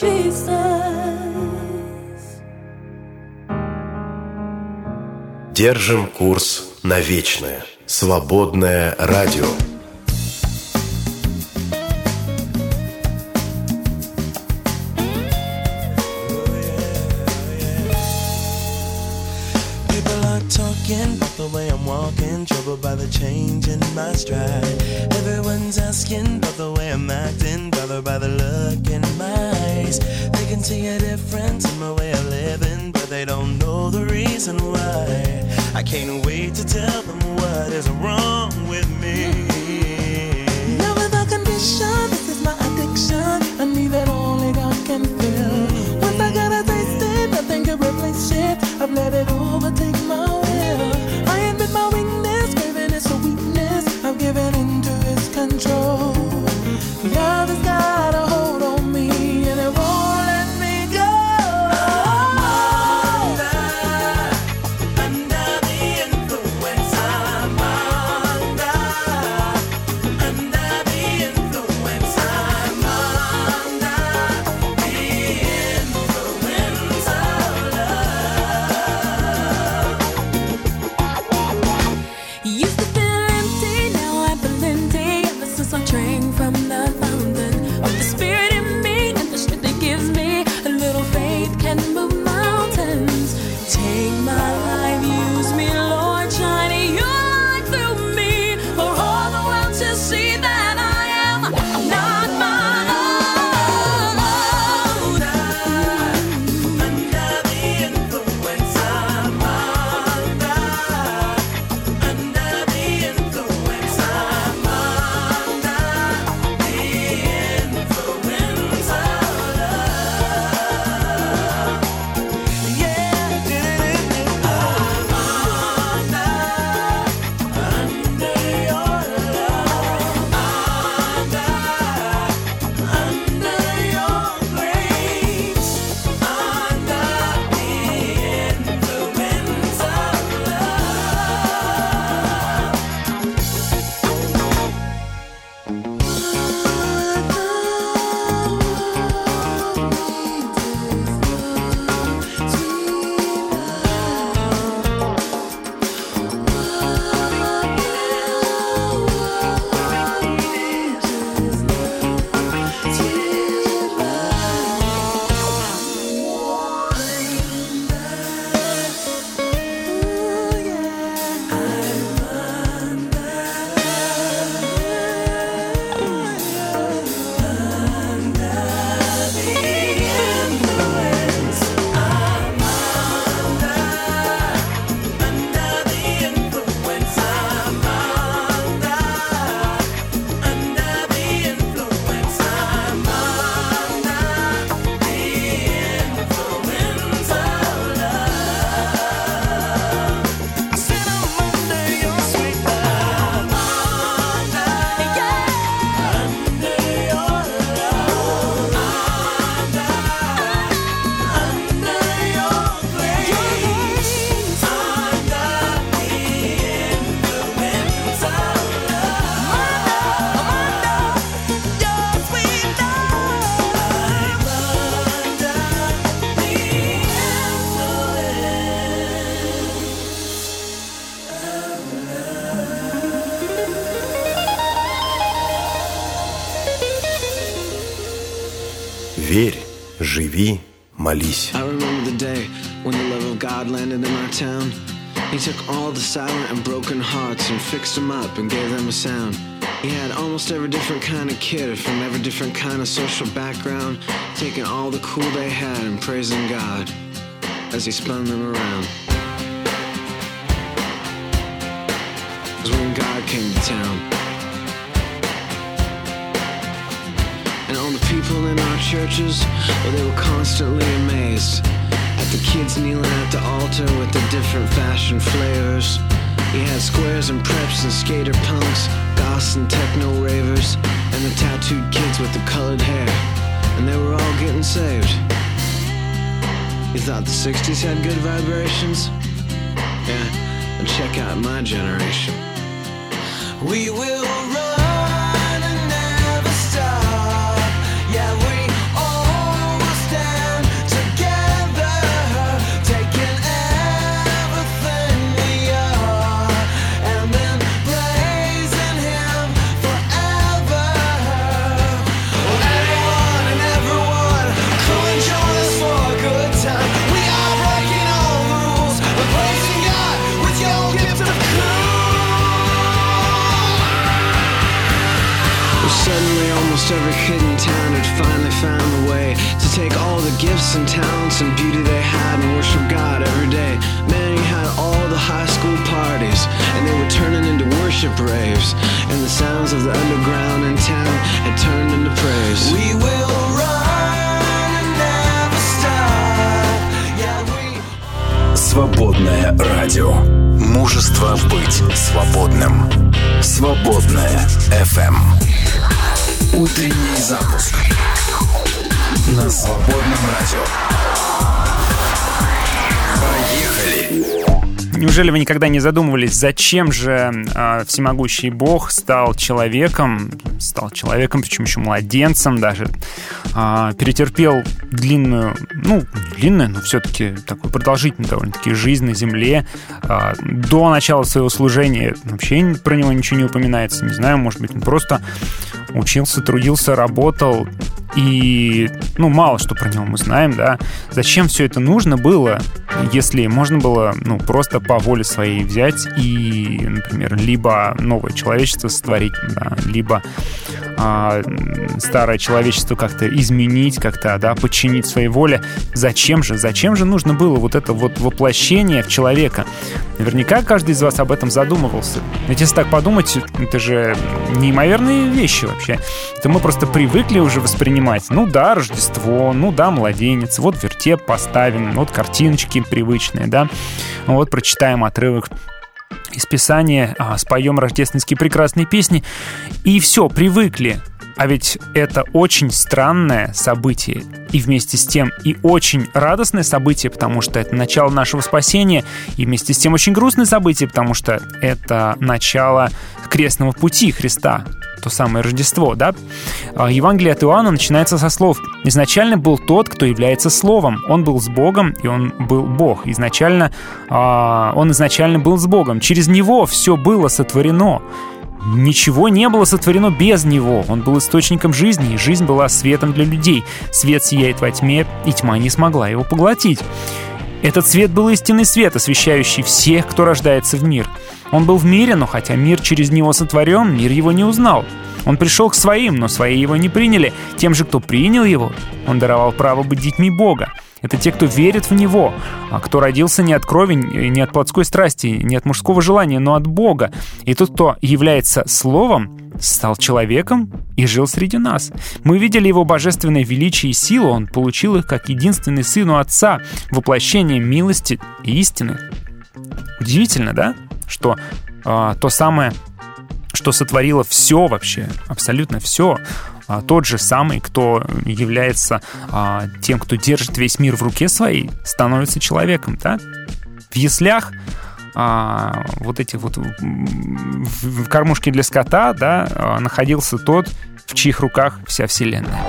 Speaker 1: Держим курс на вечное. Свободное радио.
Speaker 13: Troubled by the change in my stride. Everyone's asking about the way I'm acting, bothered by the look in my eyes. They can see a difference in my way of living, but they don't know the reason why. I can't wait to tell them what is wrong with me.
Speaker 12: Now with a condition, this is my addiction. I need that only God can fill. Once I got a taste it, nothing can replace it. I've let it overtake my will. I admit my weakness, craving is a weakness. I've given into his control. Love has got a hold on me, and it won't let me go.
Speaker 13: I'm under, under the influence. I'm under, under the influence. I'm under the influence of love.
Speaker 12: Used to feel empty, now I feel empty. Ever since I drank from the fountain of the spirit in me and the strength it gives me, a little faith can move mountains. Take my life, use me, Lord, shine your light through me, for all the world to see that I am not my own.
Speaker 13: Under the influence. I'm under, under the influence. I'm under the influence of love. Yeah, I'm under, under your love. Under, under your grace. Under the influence of
Speaker 1: Верь, живи, молись.
Speaker 14: I remember the day when the love of God landed in our town. He took all the silent and broken hearts and fixed them up and gave them a sound. He had almost every different kind of kid from every different kind of social background, taking all the cool they had and praising God as he spun them around. It was when God came to town. And all the people in our churches, well, they were constantly amazed at the kids kneeling at the altar with the different fashion flavors. He had squares and preps and skater punks, goths and techno ravers, and the tattooed kids with the colored hair, and they were all getting saved. You thought the sixties had good vibrations? Yeah, and check out my generation.
Speaker 13: We will run and never stop. Yeah, we almost
Speaker 14: finally found a way to take all the gifts and talents and beauty they had and worship God every day. Man, you had all the high school parties, and they were turning into worship raves, and the sounds of the underground in town had turned into praise. We will run and never stop. Yeah, we...
Speaker 2: Свободное радио. Мужество быть свободным. Свободное эф эм. Утренний запуск на Свободном радио. Поехали!
Speaker 3: Неужели вы никогда не задумывались, зачем же э, всемогущий Бог стал человеком, стал человеком, причем еще младенцем даже, э, перетерпел длинную, ну, длинную, но все-таки такую продолжительную довольно-таки жизнь на земле. Э, до начала своего служения вообще про него ничего не упоминается, не знаю, может быть, он просто учился, трудился, работал, и, ну, мало что про него мы знаем, да. Зачем все это нужно было, если можно было, ну, просто по воле своей взять и, например, либо новое человечество сотворить, да, либо а, старое человечество как-то изменить, как-то, да, подчинить своей воле. Зачем же? Зачем же нужно было вот это вот воплощение в человека? Наверняка каждый из вас об этом задумывался. Ведь если так подумать, это же неимоверные вещи вообще. Это мы просто привыкли уже воспринимать. Ну да, Рождество, ну да, младенец, вот вертеп поставим, вот картиночки привычные, да, вот прочитаем отрывок из Писания, споем рождественские прекрасные песни, и все, привыкли. А ведь это очень странное событие, и вместе с тем и очень радостное событие, потому что это начало нашего спасения, и вместе с тем очень грустное событие, потому что это начало крестного пути Христа, то самое Рождество, да? Евангелие от Иоанна начинается со слов: «Изначально был тот, кто является Словом. Он был с Богом, и Он был Бог. Изначально, Он изначально был с Богом. Через Него все было сотворено». Ничего не было сотворено без Него. Он был источником жизни, и жизнь была светом для людей. Свет сияет во тьме, и тьма не смогла его поглотить. Этот свет был истинный свет, освещающий всех, кто рождается в мир. Он был в мире, но хотя мир через него сотворен, мир его не узнал. Он пришел к своим, но свои его не приняли. Тем же, кто принял его, он даровал право быть детьми Бога. Это те, кто верит в Него, а кто родился не от крови, не от плотской страсти, не от мужского желания, но от Бога. И тот, кто является Словом, стал человеком и жил среди нас. Мы видели Его божественное величие и силу, Он получил их как единственный Сын у Отца, воплощение милости и истины. Удивительно, да? Что э, то самое, что сотворило все вообще, абсолютно все, тот же самый, кто является а, тем, кто держит весь мир в руке своей, становится человеком, да? В яслях а, вот эти вот в, в кормушке для скота, да, а, находился тот, в чьих руках вся вселенная.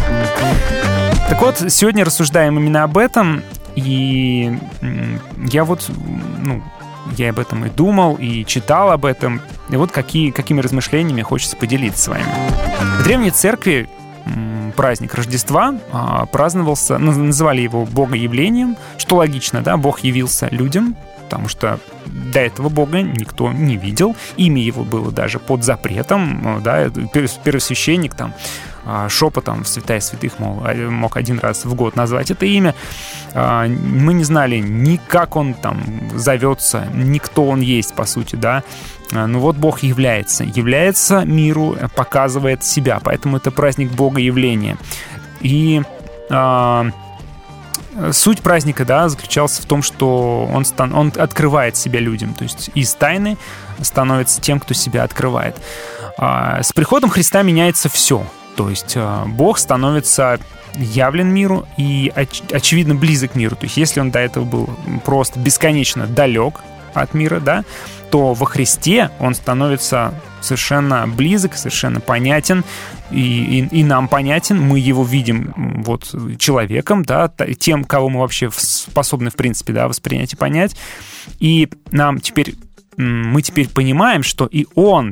Speaker 3: Так вот, сегодня рассуждаем именно об этом, и я вот, ну, я об этом и думал, и читал об этом. И вот какие, какими размышлениями хочется поделиться с вами. В Древней Церкви праздник Рождества праздновался, называли его Богоявлением, что логично, да, Бог явился людям, потому что до этого Бога никто не видел, имя его было даже под запретом, да, первосвященник там шепотом в святая святых, мол, мог один раз в год назвать это имя. Мы не знали ни как он там зовется, ни кто он есть, по сути, да. Ну вот Бог является, является миру, показывает себя, поэтому это праздник Богоявления. И а, суть праздника, да, заключалась в том, что он, стан, он открывает себя людям, то есть из тайны становится тем, кто себя открывает. А, с приходом Христа меняется все. То есть Бог становится явлен миру и, оч- очевидно, близок к миру. То есть если он до этого был просто бесконечно далек от мира, да, то во Христе он становится совершенно близок, совершенно понятен, и, и, и нам понятен. Мы его видим вот человеком, да, тем, кого мы вообще способны, в принципе, да, воспринять и понять. И нам теперь, мы теперь понимаем, что и он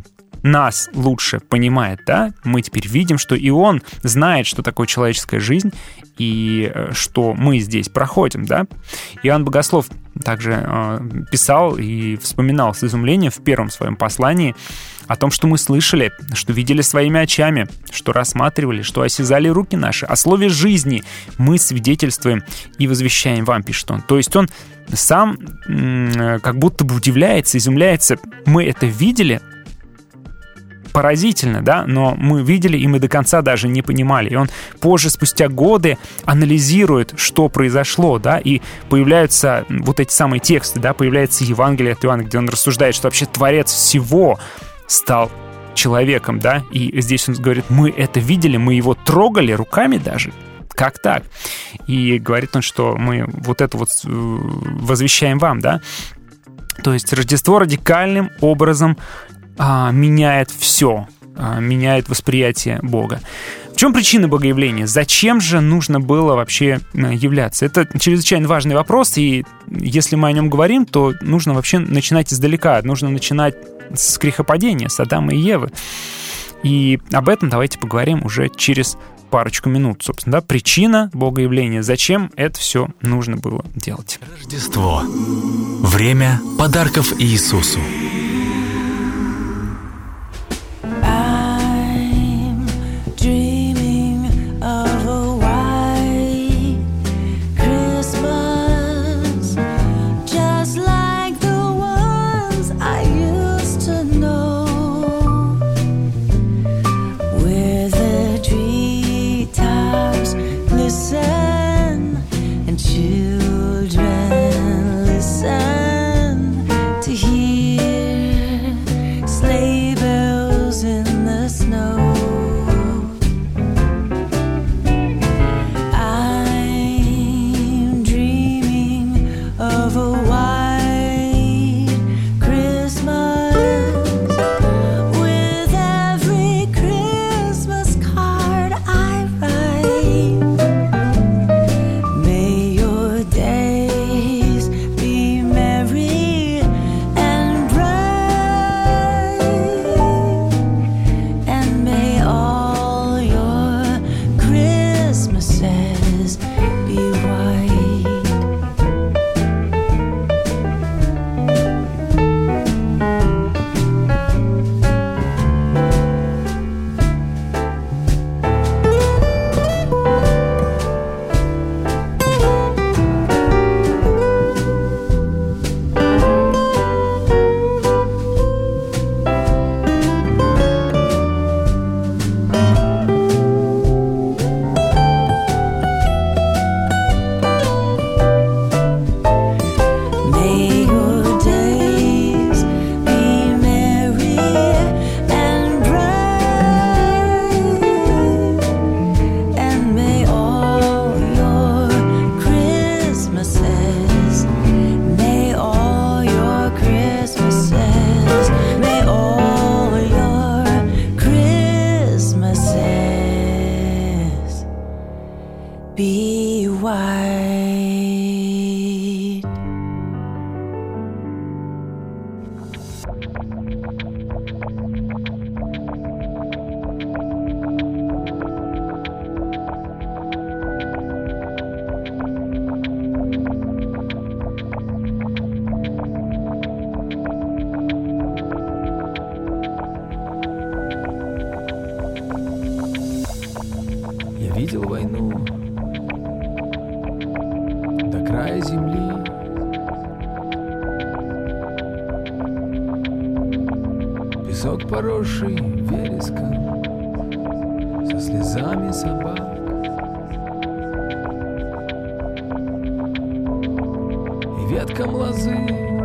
Speaker 3: нас лучше понимает, да, мы теперь видим, что и Он знает, что такое человеческая жизнь, и что мы здесь проходим, да. Иоанн Богослов также э, писал и вспоминал с изумлением в первом своем послании о том, что мы слышали, что видели своими очами, что рассматривали, что осязали руки наши. О слове жизни мы свидетельствуем и возвещаем вам, пишет он. То есть он сам м- как будто бы удивляется, изумляется. Мы это видели, поразительно, да, но мы видели, и мы до конца даже не понимали. И он позже, спустя годы, анализирует, что произошло, да, и появляются вот эти самые тексты, да, появляется Евангелие от Иоанна, где он рассуждает, что вообще Творец всего стал человеком, да, и здесь он говорит, мы это видели, мы его трогали руками даже. Как так? И говорит он, что мы вот это вот возвещаем вам, да. То есть Рождество радикальным образом а, меняет все, а, меняет восприятие Бога. В чем причина богоявления? Зачем же нужно было вообще являться? Это чрезвычайно важный вопрос, и если мы о нем говорим, то нужно вообще начинать издалека, нужно начинать с грехопадения, с Адама и Евы. И об этом давайте поговорим уже через парочку минут, собственно, да, причина богоявления, зачем это все нужно было делать.
Speaker 15: Рождество. Время подарков Иисусу.
Speaker 10: видел войну до края земли. Песок, поросший вереском, со слезами собак. И веткам лозы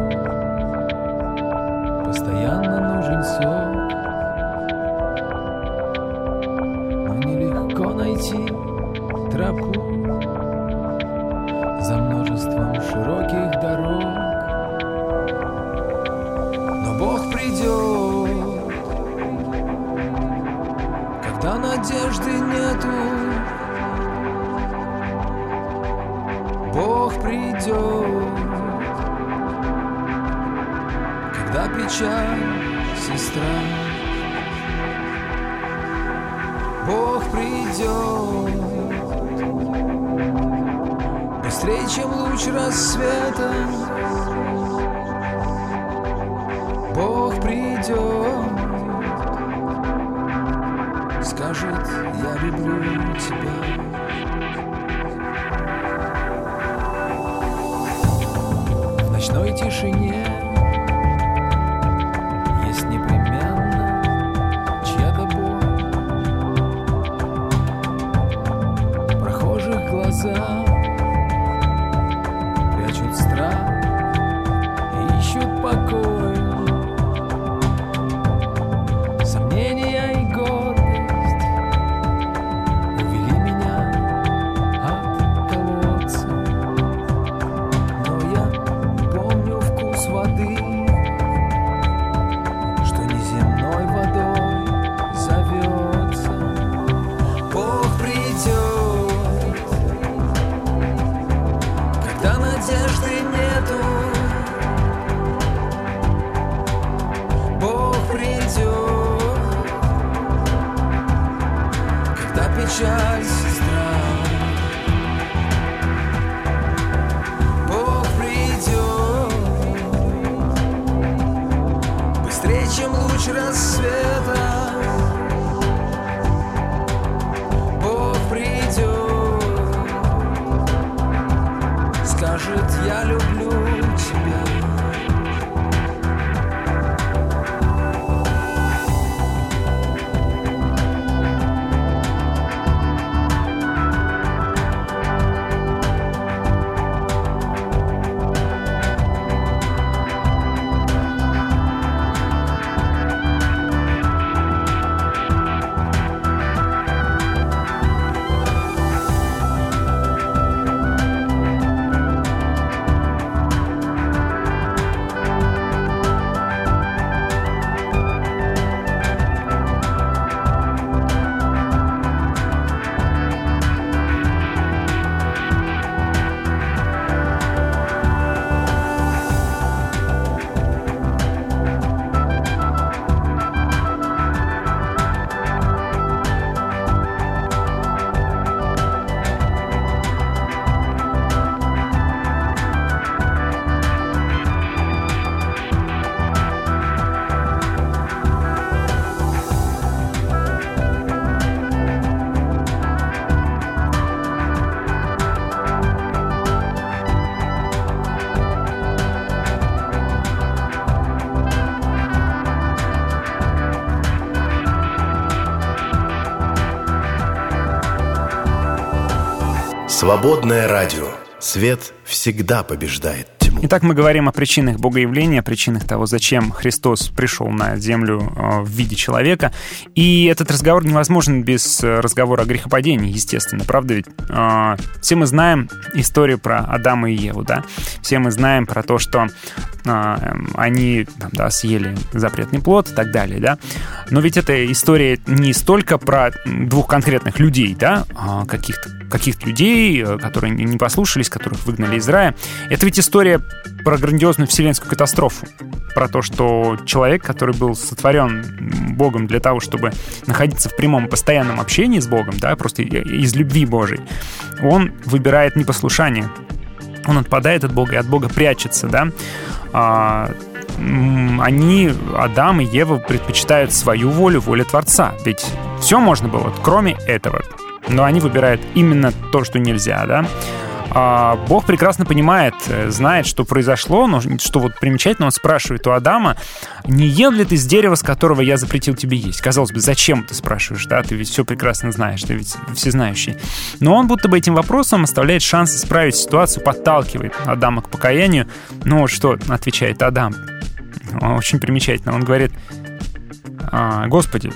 Speaker 10: постоянно нужен сок. Но нелегко найти тропу за множеством широких дорог. Но Бог придет, когда надежды нету. Бог придет, когда печаль, сестра, Бог придет быстрее, чем луч рассвета. Бог придет, скажет: я люблю тебя. В ночной тишине есть непременно чья-то боль. В прохожих глаза прячут страх и ищут покой. Сомнения и гордость увели меня от колодца. Но я помню вкус воды, что неземной водой зовется. Бог придет, когда надежды нету. Бог придет, когда печаль сестра. Бог придет быстрее, чем луч рассвета. Бог придет, скажет: я люблю тебя.
Speaker 1: Свободное радио. Свет всегда побеждает тьму.
Speaker 3: Итак, мы говорим о причинах богоявления, о причинах того, зачем Христос пришел на землю в виде человека. И этот разговор невозможен без разговора о грехопадении, естественно, правда ведь? Все мы знаем историю про Адама и Еву, да? Все мы знаем про то, что они там, да, съели запретный плод и так далее, да? Но ведь эта история не столько про двух конкретных людей, да? Каких-то каких-то людей, которые не послушались, которых выгнали из рая. Это ведь история про грандиозную вселенскую катастрофу, про то, что человек, который был сотворен Богом для того, чтобы находиться в прямом постоянном общении с Богом, да, просто из любви Божией, он выбирает непослушание. Он отпадает от Бога и от Бога прячется, да. А, они, Адам и Ева, предпочитают свою волю, волю Творца. Ведь все можно было, кроме этого. Но они выбирают именно то, что нельзя, да. А Бог прекрасно понимает, знает, что произошло, но что вот примечательно, он спрашивает у Адама: не ел ли ты с дерева, с которого я запретил тебе есть? Казалось бы, зачем ты спрашиваешь, да? Ты ведь все прекрасно знаешь, ты ведь всезнающий. Но он будто бы этим вопросом оставляет шанс исправить ситуацию, подталкивает Адама к покаянию. Ну вот что отвечает Адам. Очень примечательно. Он говорит: Господи,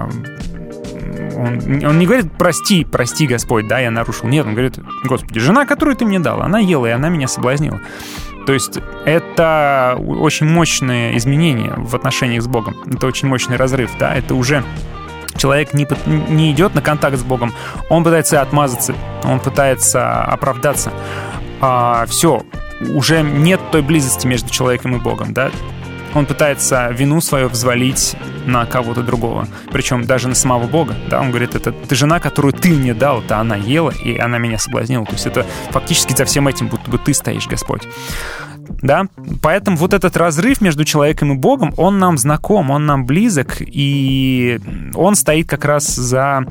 Speaker 3: Он, он не говорит: прости, прости, Господь, да, я нарушил. Нет, он говорит: Господи, жена, которую ты мне дал, она ела, и она меня соблазнила. То есть это очень мощное изменение в отношениях с Богом. Это очень мощный разрыв, да. Это уже человек не, не идет на контакт с Богом, он пытается отмазаться, он пытается оправдаться. А, все, уже нет той близости между человеком и Богом, да. он пытается вину свою взвалить на кого-то другого, причем даже на самого Бога. Да, он говорит, это ты жена, которую ты мне дал, это она ела, и она меня соблазнила. То есть это фактически за всем этим будто бы ты стоишь, Господь. Да? Поэтому вот этот разрыв между человеком и Богом, он нам знаком, он нам близок, и он стоит как раз за,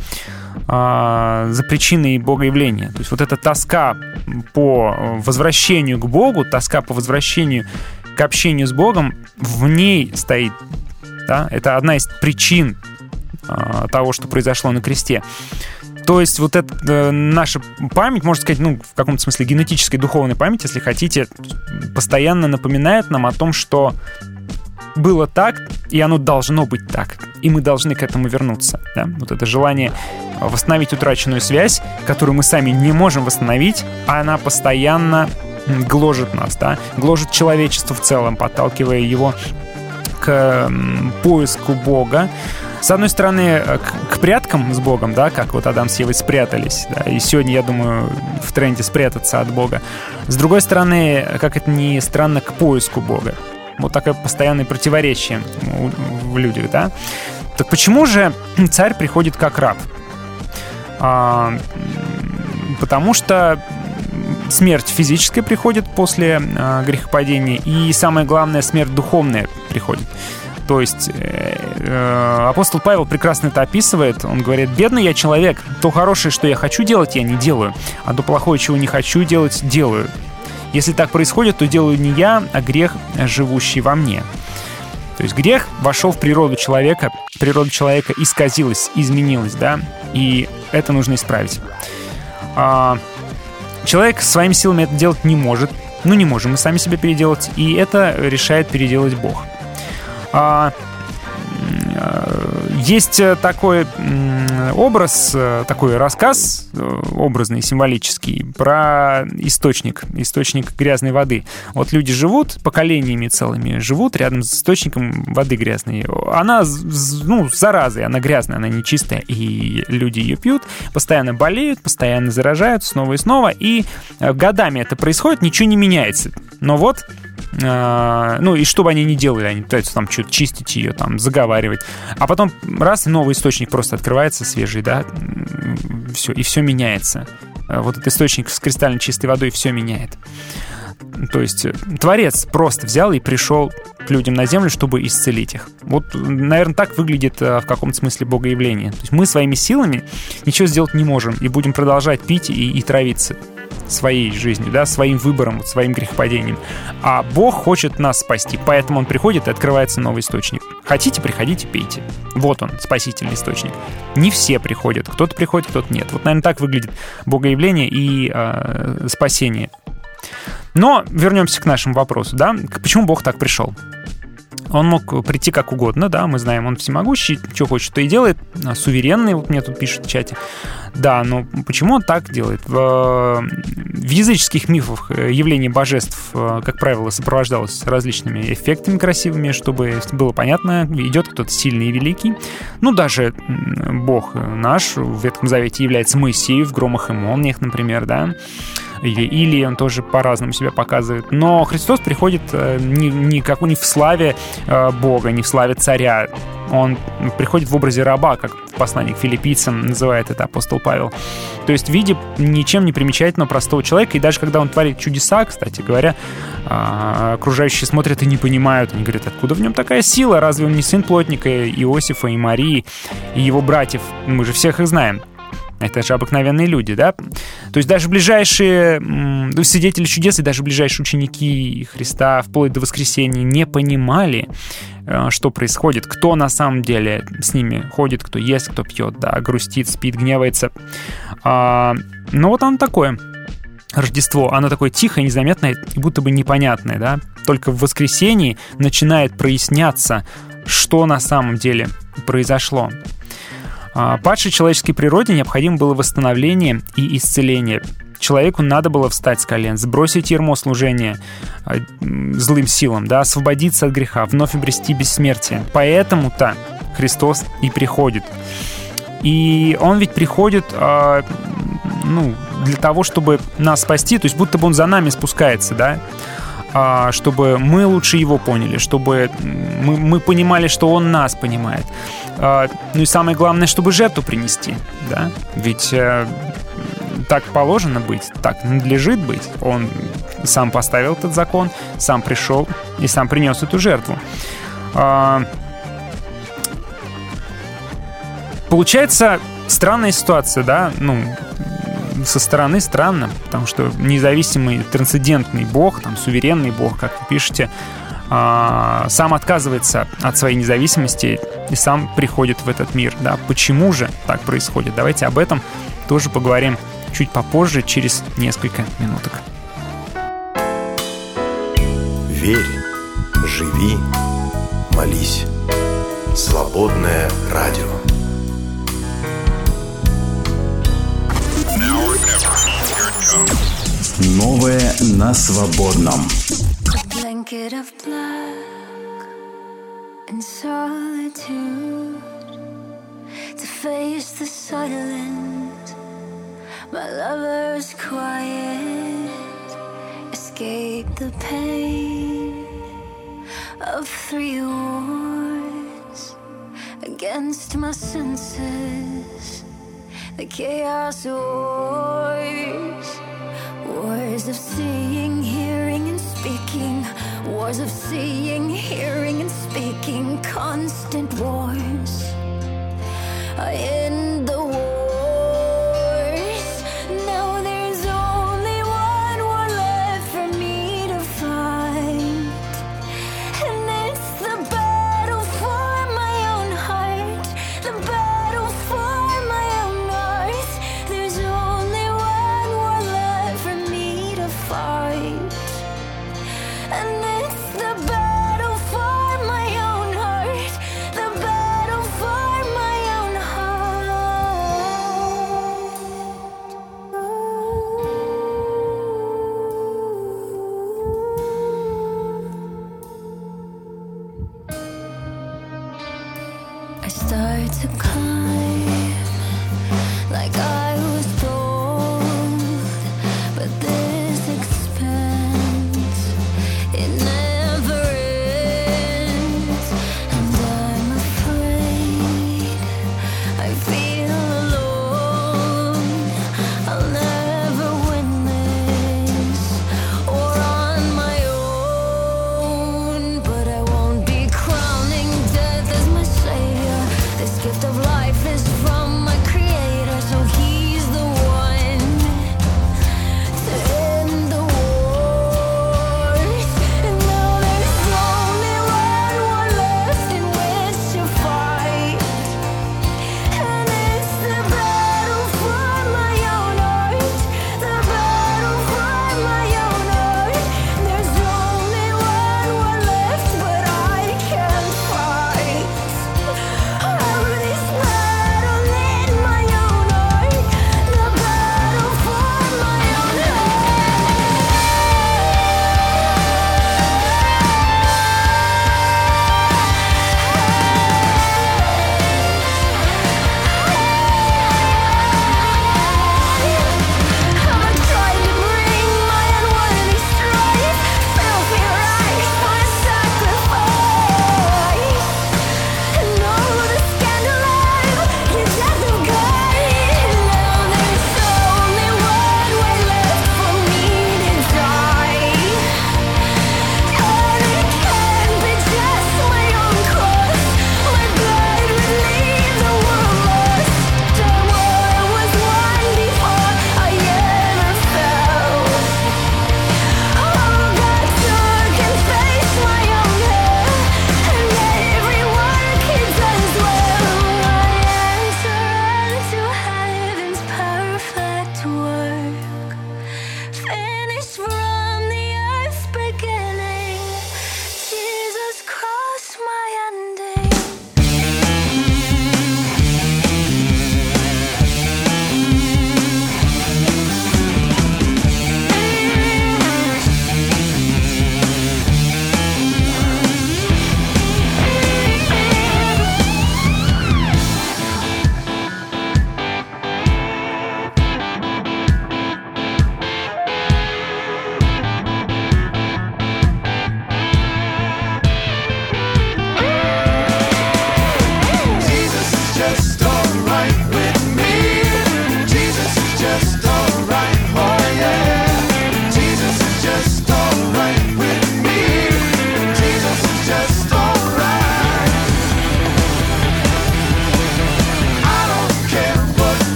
Speaker 3: э, за причиной богоявления. То есть вот эта тоска по возвращению к Богу, тоска по возвращению к общению с Богом, в ней стоит. Да? Это одна из причин э, того, что произошло на кресте. То есть вот эта э, наша память, можно сказать, ну, в каком-то смысле генетической, духовной память, если хотите, постоянно напоминает нам о том, что было так, и оно должно быть так. И мы должны к этому вернуться. Да? Вот это желание восстановить утраченную связь, которую мы сами не можем восстановить, а она постоянно гложет нас, да? Гложет человечество в целом, подталкивая его к поиску Бога. С одной стороны, к, к пряткам с Богом, да, как вот Адам с Евой спрятались, да, и сегодня, я думаю, в тренде спрятаться от Бога. С другой стороны, как это ни странно, к поиску Бога. Вот такое постоянное противоречие в людях, да. Так почему же царь приходит как раб? А, потому что смерть физическая приходит после а, грехопадения, и самое главное, смерть духовная приходит. То есть э, апостол Павел прекрасно это описывает. Он говорит: бедный я человек, то хорошее, что я хочу делать, я не делаю, а то плохое, чего не хочу делать, делаю. Если так происходит, то делаю не я, а грех, живущий во мне. То есть грех вошел в природу человека, природа человека исказилась, изменилась, да, и это нужно исправить. А, человек своими силами это делать не может, ну не можем мы сами себе переделать, и это решает переделать Бог. А, есть такой образ, такой рассказ образный, символический, про источник, источник грязной воды. Вот люди живут, поколениями целыми живут рядом с источником воды грязной. Она, ну, заразой, она грязная, она нечистая, и люди ее пьют, постоянно болеют, постоянно заражают снова и снова, и годами это происходит, ничего не меняется. Но вот ну и что бы они ни делали, они пытаются там что-то чистить ее, там, заговаривать. А потом раз, и новый источник просто открывается, свежий, да, все, и все меняется. Вот этот источник с кристально чистой водой все меняет. То есть Творец просто взял и пришел к людям на землю, чтобы исцелить их. Вот, наверное, так выглядит в каком-то смысле богоявление. То есть мы своими силами ничего сделать не можем и будем продолжать пить и, и травиться своей жизнью, да, своим выбором, вот, своим грехопадением. А Бог хочет нас спасти, поэтому Он приходит, и открывается новый источник. Хотите, приходите, пейте. Вот он, спасительный источник. Не все приходят, кто-то приходит, кто-то нет. Вот, наверное, так выглядит богоявление и э, спасение. Но вернемся к нашему вопросу, да, почему Бог так пришел? Он мог прийти как угодно, да, мы знаем, он всемогущий, что хочет, то и делает, суверенный, вот мне тут пишут в чате. Да, но почему он так делает? В, в языческих мифах явление божеств, как правило, сопровождалось различными эффектами красивыми, чтобы было понятно, идет кто-то сильный и великий. Ну, даже Бог наш в Ветхом Завете является Моисеем в громах и молниях, например, да. Или, или он тоже по-разному себя показывает. Но Христос приходит э, не, не, как, не в славе э, Бога, не в славе царя. Он приходит в образе раба, как в послании к филиппийцам называет это апостол Павел. То есть в виде ничем не примечательного простого человека. И даже когда он творит чудеса, кстати говоря, э, окружающие смотрят и не понимают. Они говорят: откуда в нем такая сила? Разве он не сын плотника Иосифа и Марии и его братьев? Мы же всех их знаем. Это же обыкновенные люди, да? То есть даже ближайшие ну, свидетели чудес и даже ближайшие ученики Христа вплоть до воскресения не понимали, что происходит, кто на самом деле с ними ходит, кто ест, кто пьет, да, грустит, спит, гневается. А, ну вот оно такое. Рождество, оно такое тихое, незаметное и будто бы непонятное, да? Только в воскресенье начинает проясняться, что на самом деле произошло. Падшей человеческой природе необходимо было восстановление и исцеление. Человеку надо было встать с колен, сбросить ярмо служения злым силам, да, освободиться от греха, вновь обрести бессмертие. Поэтому-то Христос и приходит. И Он ведь приходит ну, для того, чтобы нас спасти, то есть будто бы Он за нами спускается, да. чтобы мы лучше его поняли, чтобы мы, мы понимали, что он нас понимает. Ну и самое главное, чтобы жертву принести, да? Ведь так положено быть, так надлежит быть. Он сам поставил этот закон, сам пришел и сам принес эту жертву. Получается странная ситуация, да? Ну, со стороны странно, потому что независимый, трансцендентный Бог, там, суверенный Бог, как вы пишете, э, сам отказывается от своей независимости и сам приходит в этот мир. Да? Почему же так происходит? Давайте об этом тоже поговорим чуть попозже, через несколько минуток.
Speaker 1: Верь, живи, молись. Свободное радио.
Speaker 2: Новое на свободном.
Speaker 9: Blanket of black and solitude to face the silence. My lover's quiet, escape the pain of three wars against my senses. The chaos wars, wars of seeing, hearing and speaking, wars of seeing, hearing and speaking, constant wars. I end the wars. Now there's only one war left for me to fight, and it's the battle for my own heart, the battle for my own earth. There's only one war left for me to fight, and it's the battle for my own heart, the battle for my own heart.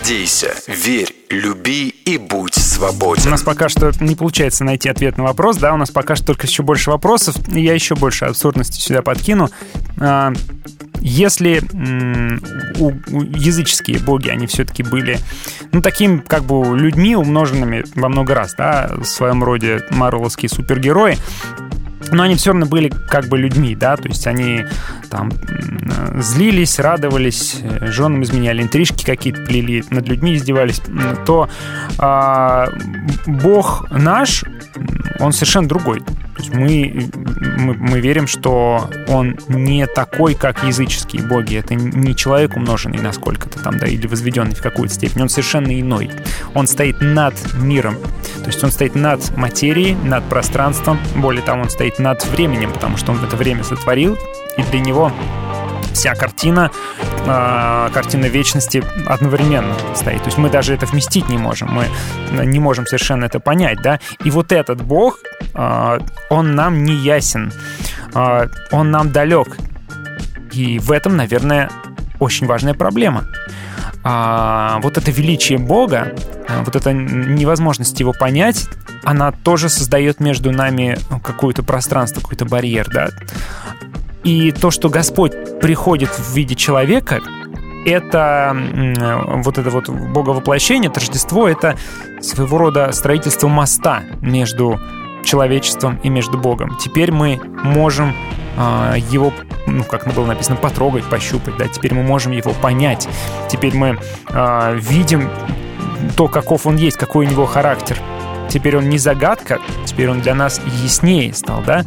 Speaker 1: Надейся, верь, люби и будь свободен.
Speaker 3: У нас пока что не получается найти ответ на вопрос, да, у нас пока что только еще больше вопросов, и я еще больше абсурдности сюда подкину. Если м, у, у языческие боги, они все-таки были, ну, таким, как бы, людьми, умноженными во много раз, да, в своем роде марвеловские супергерои, но они все равно были как бы людьми, да, то есть они там злились, радовались, женам изменяли, интрижки какие-то плели, над людьми издевались, то а, Бог наш, он совершенно другой. То есть мы, мы, мы верим, что он не такой, как языческие боги. Это не человек умноженный на сколько-то там, да, или возведенный в какую-то степень. Он совершенно иной. Он стоит над миром. То есть он стоит над материей, над пространством. Более того, он стоит над временем, потому что он это время сотворил, и для него вся картина, э, картина вечности одновременно стоит. То есть мы даже это вместить не можем. Мы не можем совершенно это понять, да. И вот этот Бог, э, он нам не ясен. Э, он нам далек. И в этом, наверное, очень важная проблема. А вот это величие Бога, вот эта невозможность его понять, она тоже создает между нами какое-то пространство, какой-то барьер, да. И то, что Господь приходит в виде человека, это вот это вот боговоплощение, это Рождество, это своего рода строительство моста между человечеством и между Богом. Теперь мы можем э, его, ну, как было написано, потрогать, пощупать, да, теперь мы можем его понять. Теперь мы э, видим то, каков он есть, какой у него характер. Теперь он не загадка, теперь он для нас яснее стал, да.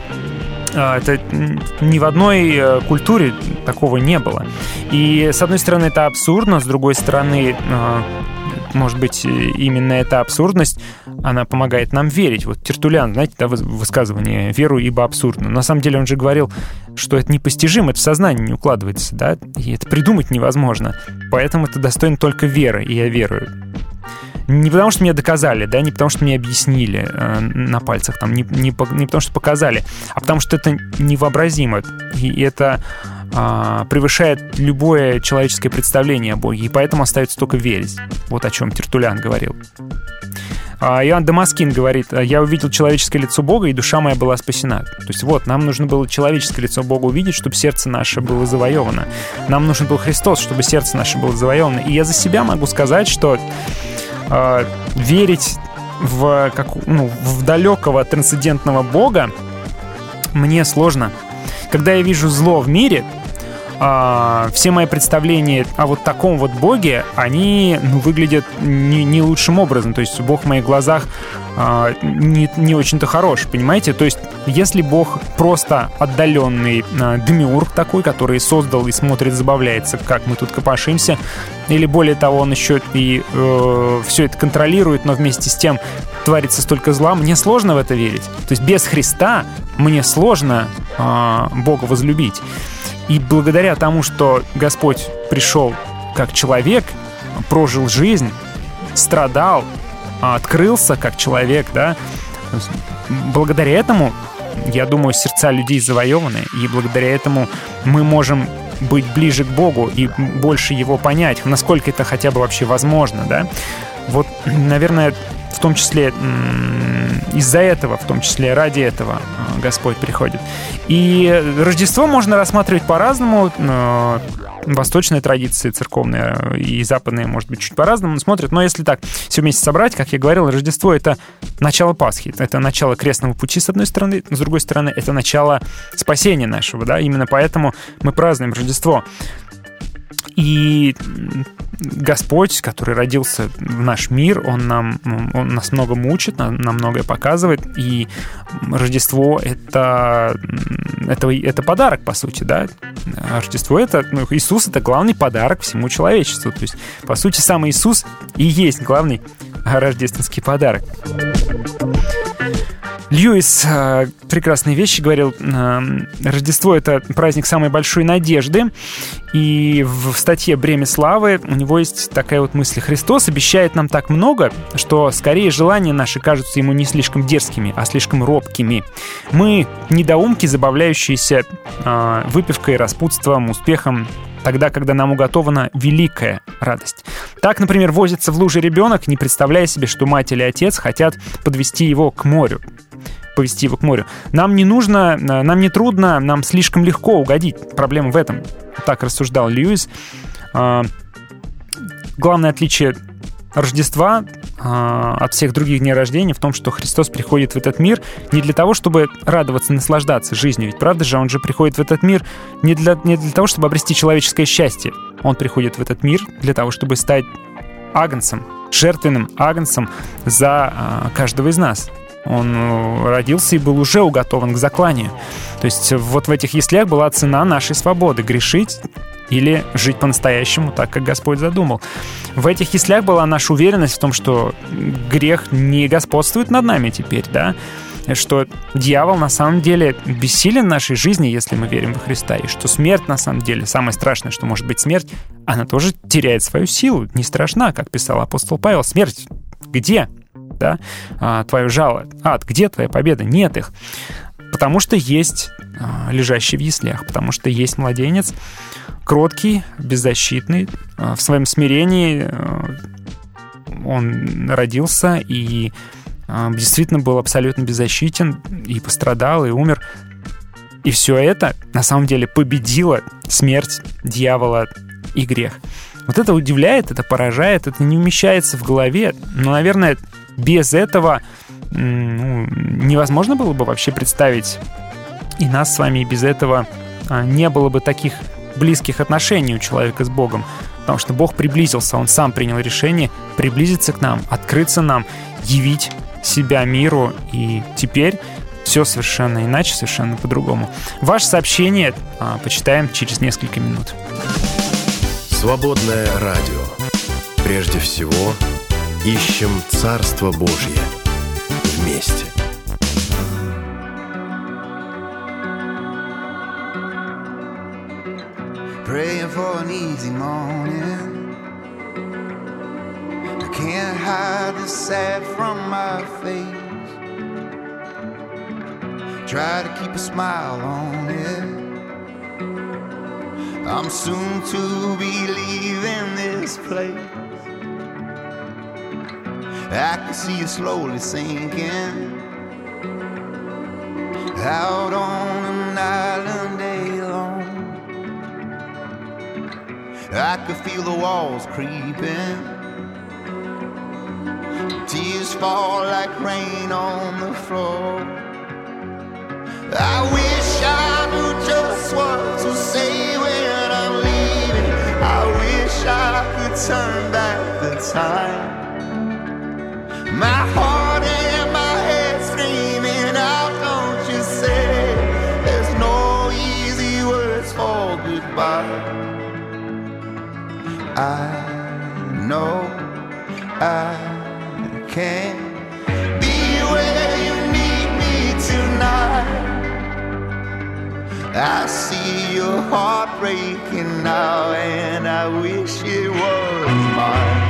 Speaker 3: Это ни в одной культуре такого не было. И, с одной стороны, это абсурдно, с другой стороны, может быть, именно эта абсурдность, она помогает нам верить. Вот Тертуллиан, знаете, да, высказывание «веру, ибо абсурдно». На самом деле он же говорил, что это непостижимо, это в сознании не укладывается, да, и это придумать невозможно. Поэтому это достойно только веры, и я верую. Не потому, что мне доказали, да, не потому, что мне объяснили э, на пальцах, там, не, не, по, не потому, что показали, а потому, что это невообразимо. И это э, превышает любое человеческое представление о Боге. И поэтому остается только верить. Вот о чем Тертуллиан говорил. А Иоанн Дамаскин говорит: «Я увидел человеческое лицо Бога, и душа моя была спасена». То есть вот, нам нужно было человеческое лицо Бога увидеть, чтобы сердце наше было завоевано. Нам нужен был Христос, чтобы сердце наше было завоевано. И я за себя могу сказать, что э, верить в, как, ну, в далекого трансцендентного Бога мне сложно. Когда я вижу зло в мире, Uh, все мои представления о вот таком вот Боге, они, ну, выглядят не, не лучшим образом. То есть Бог в моих глазах uh, не, не очень-то хорош, понимаете? То есть если Бог просто отдаленный uh, демиург такой, который создал и смотрит, забавляется, как мы тут копошимся, или более того, он еще и uh, все это контролирует, но вместе с тем творится столько зла, мне сложно в это верить. То есть без Христа мне сложно uh, Бога возлюбить. И благодаря тому, что Господь пришел как человек, прожил жизнь, страдал, открылся как человек, да, благодаря этому, я думаю, сердца людей завоеваны, и благодаря этому мы можем быть ближе к Богу и больше Его понять, насколько это хотя бы вообще возможно, да. Вот, наверное, в том числе из-за этого, в том числе ради этого Господь приходит. И Рождество можно рассматривать по-разному. Восточная традиция церковная и западная, может быть, чуть по-разному смотрят. Но если так все вместе собрать, как я говорил, Рождество — это начало Пасхи. Это начало крестного пути, с одной стороны. С другой стороны, это начало спасения нашего. Да? Именно поэтому мы празднуем Рождество. И Господь, который родился в наш мир, Он, нам, он нас многому учит, нам, нам многое показывает. И Рождество — это, это, это подарок, по сути, да. Рождество — это... Ну, Иисус — это главный подарок всему человечеству. То есть, по сути, сам Иисус и есть главный рождественский подарок. Льюис э, прекрасные вещи говорил. Э, Рождество — это праздник самой большой надежды. И в статье «Бремя славы» у него есть такая вот мысль: Христос обещает нам так много, что скорее желания наши кажутся ему не слишком дерзкими, а слишком робкими. Мы недоумки, забавляющиеся э, выпивкой, распутством, успехом, тогда, когда нам уготована великая радость. Так, например, возится в луже ребенок, не представляя себе, что мать или отец хотят подвести его к морю. Повести его к морю. Нам не нужно, нам не трудно, нам слишком легко угодить. Проблема в этом. Так рассуждал Льюис. Главное отличие Рождества э, от всех других дней рождения в том, что Христос приходит в этот мир не для того, чтобы радоваться, наслаждаться жизнью. Ведь правда же, Он же приходит в этот мир не для, не для того, чтобы обрести человеческое счастье. Он приходит в этот мир для того, чтобы стать агнцем, жертвенным агнцем за э, каждого из нас. Он родился и был уже уготован к закланию. То есть вот в этих яслях была цена нашей свободы — грешить или жить по-настоящему, так, как Господь задумал. В этих яслях была наша уверенность в том, что грех не господствует над нами теперь, да, что дьявол на самом деле бессилен в нашей жизни, если мы верим во Христа, и что смерть на самом деле, самое страшное, что может быть смерть, она тоже теряет свою силу, не страшна, как писал апостол Павел. Смерть где? Да? А, твое жало. Ад, где твоя победа? Нет их. Потому что есть а, лежащий в яслях, потому что есть младенец, кроткий, беззащитный, а, в своем смирении а, он родился и а, действительно был абсолютно беззащитен, и пострадал, и умер. И все это на самом деле победило смерть, дьявола и грех. Вот это удивляет, это поражает, это не умещается в голове. Но, наверное, без этого ну, невозможно было бы вообще представить и нас с вами, и без этого а, не было бы таких близких отношений у человека с Богом. Потому что Бог приблизился, Он сам принял решение приблизиться к нам, открыться нам, явить себя миру. И теперь все совершенно иначе, совершенно по-другому. Ваше сообщение а, почитаем через несколько минут.
Speaker 1: Свободное радио. Прежде всего, ищем Царство Божье вместе.
Speaker 16: Praying for an easy morning. I can't hide the sad from my face. Try to keep a smile on it. I'm soon to be leaving this place. I can see you slowly sinking out on an island alone. I could feel the walls creeping. Tears fall like rain on the floor. I wish I knew just what to say when I'm leaving. I wish I could turn back the time. My heart and my head screaming out, don't you say there's no easy words for goodbye. I know I can't be where you need me tonight. I see your heart breaking now, and I wish it was mine.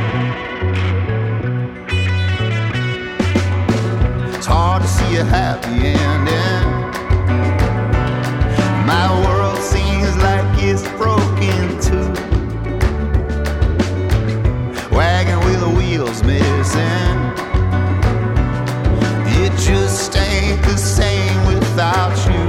Speaker 16: It's hard to see a happy ending. My world seems like it's broken too. Wagon with the wheels missing. It just ain't the same without you.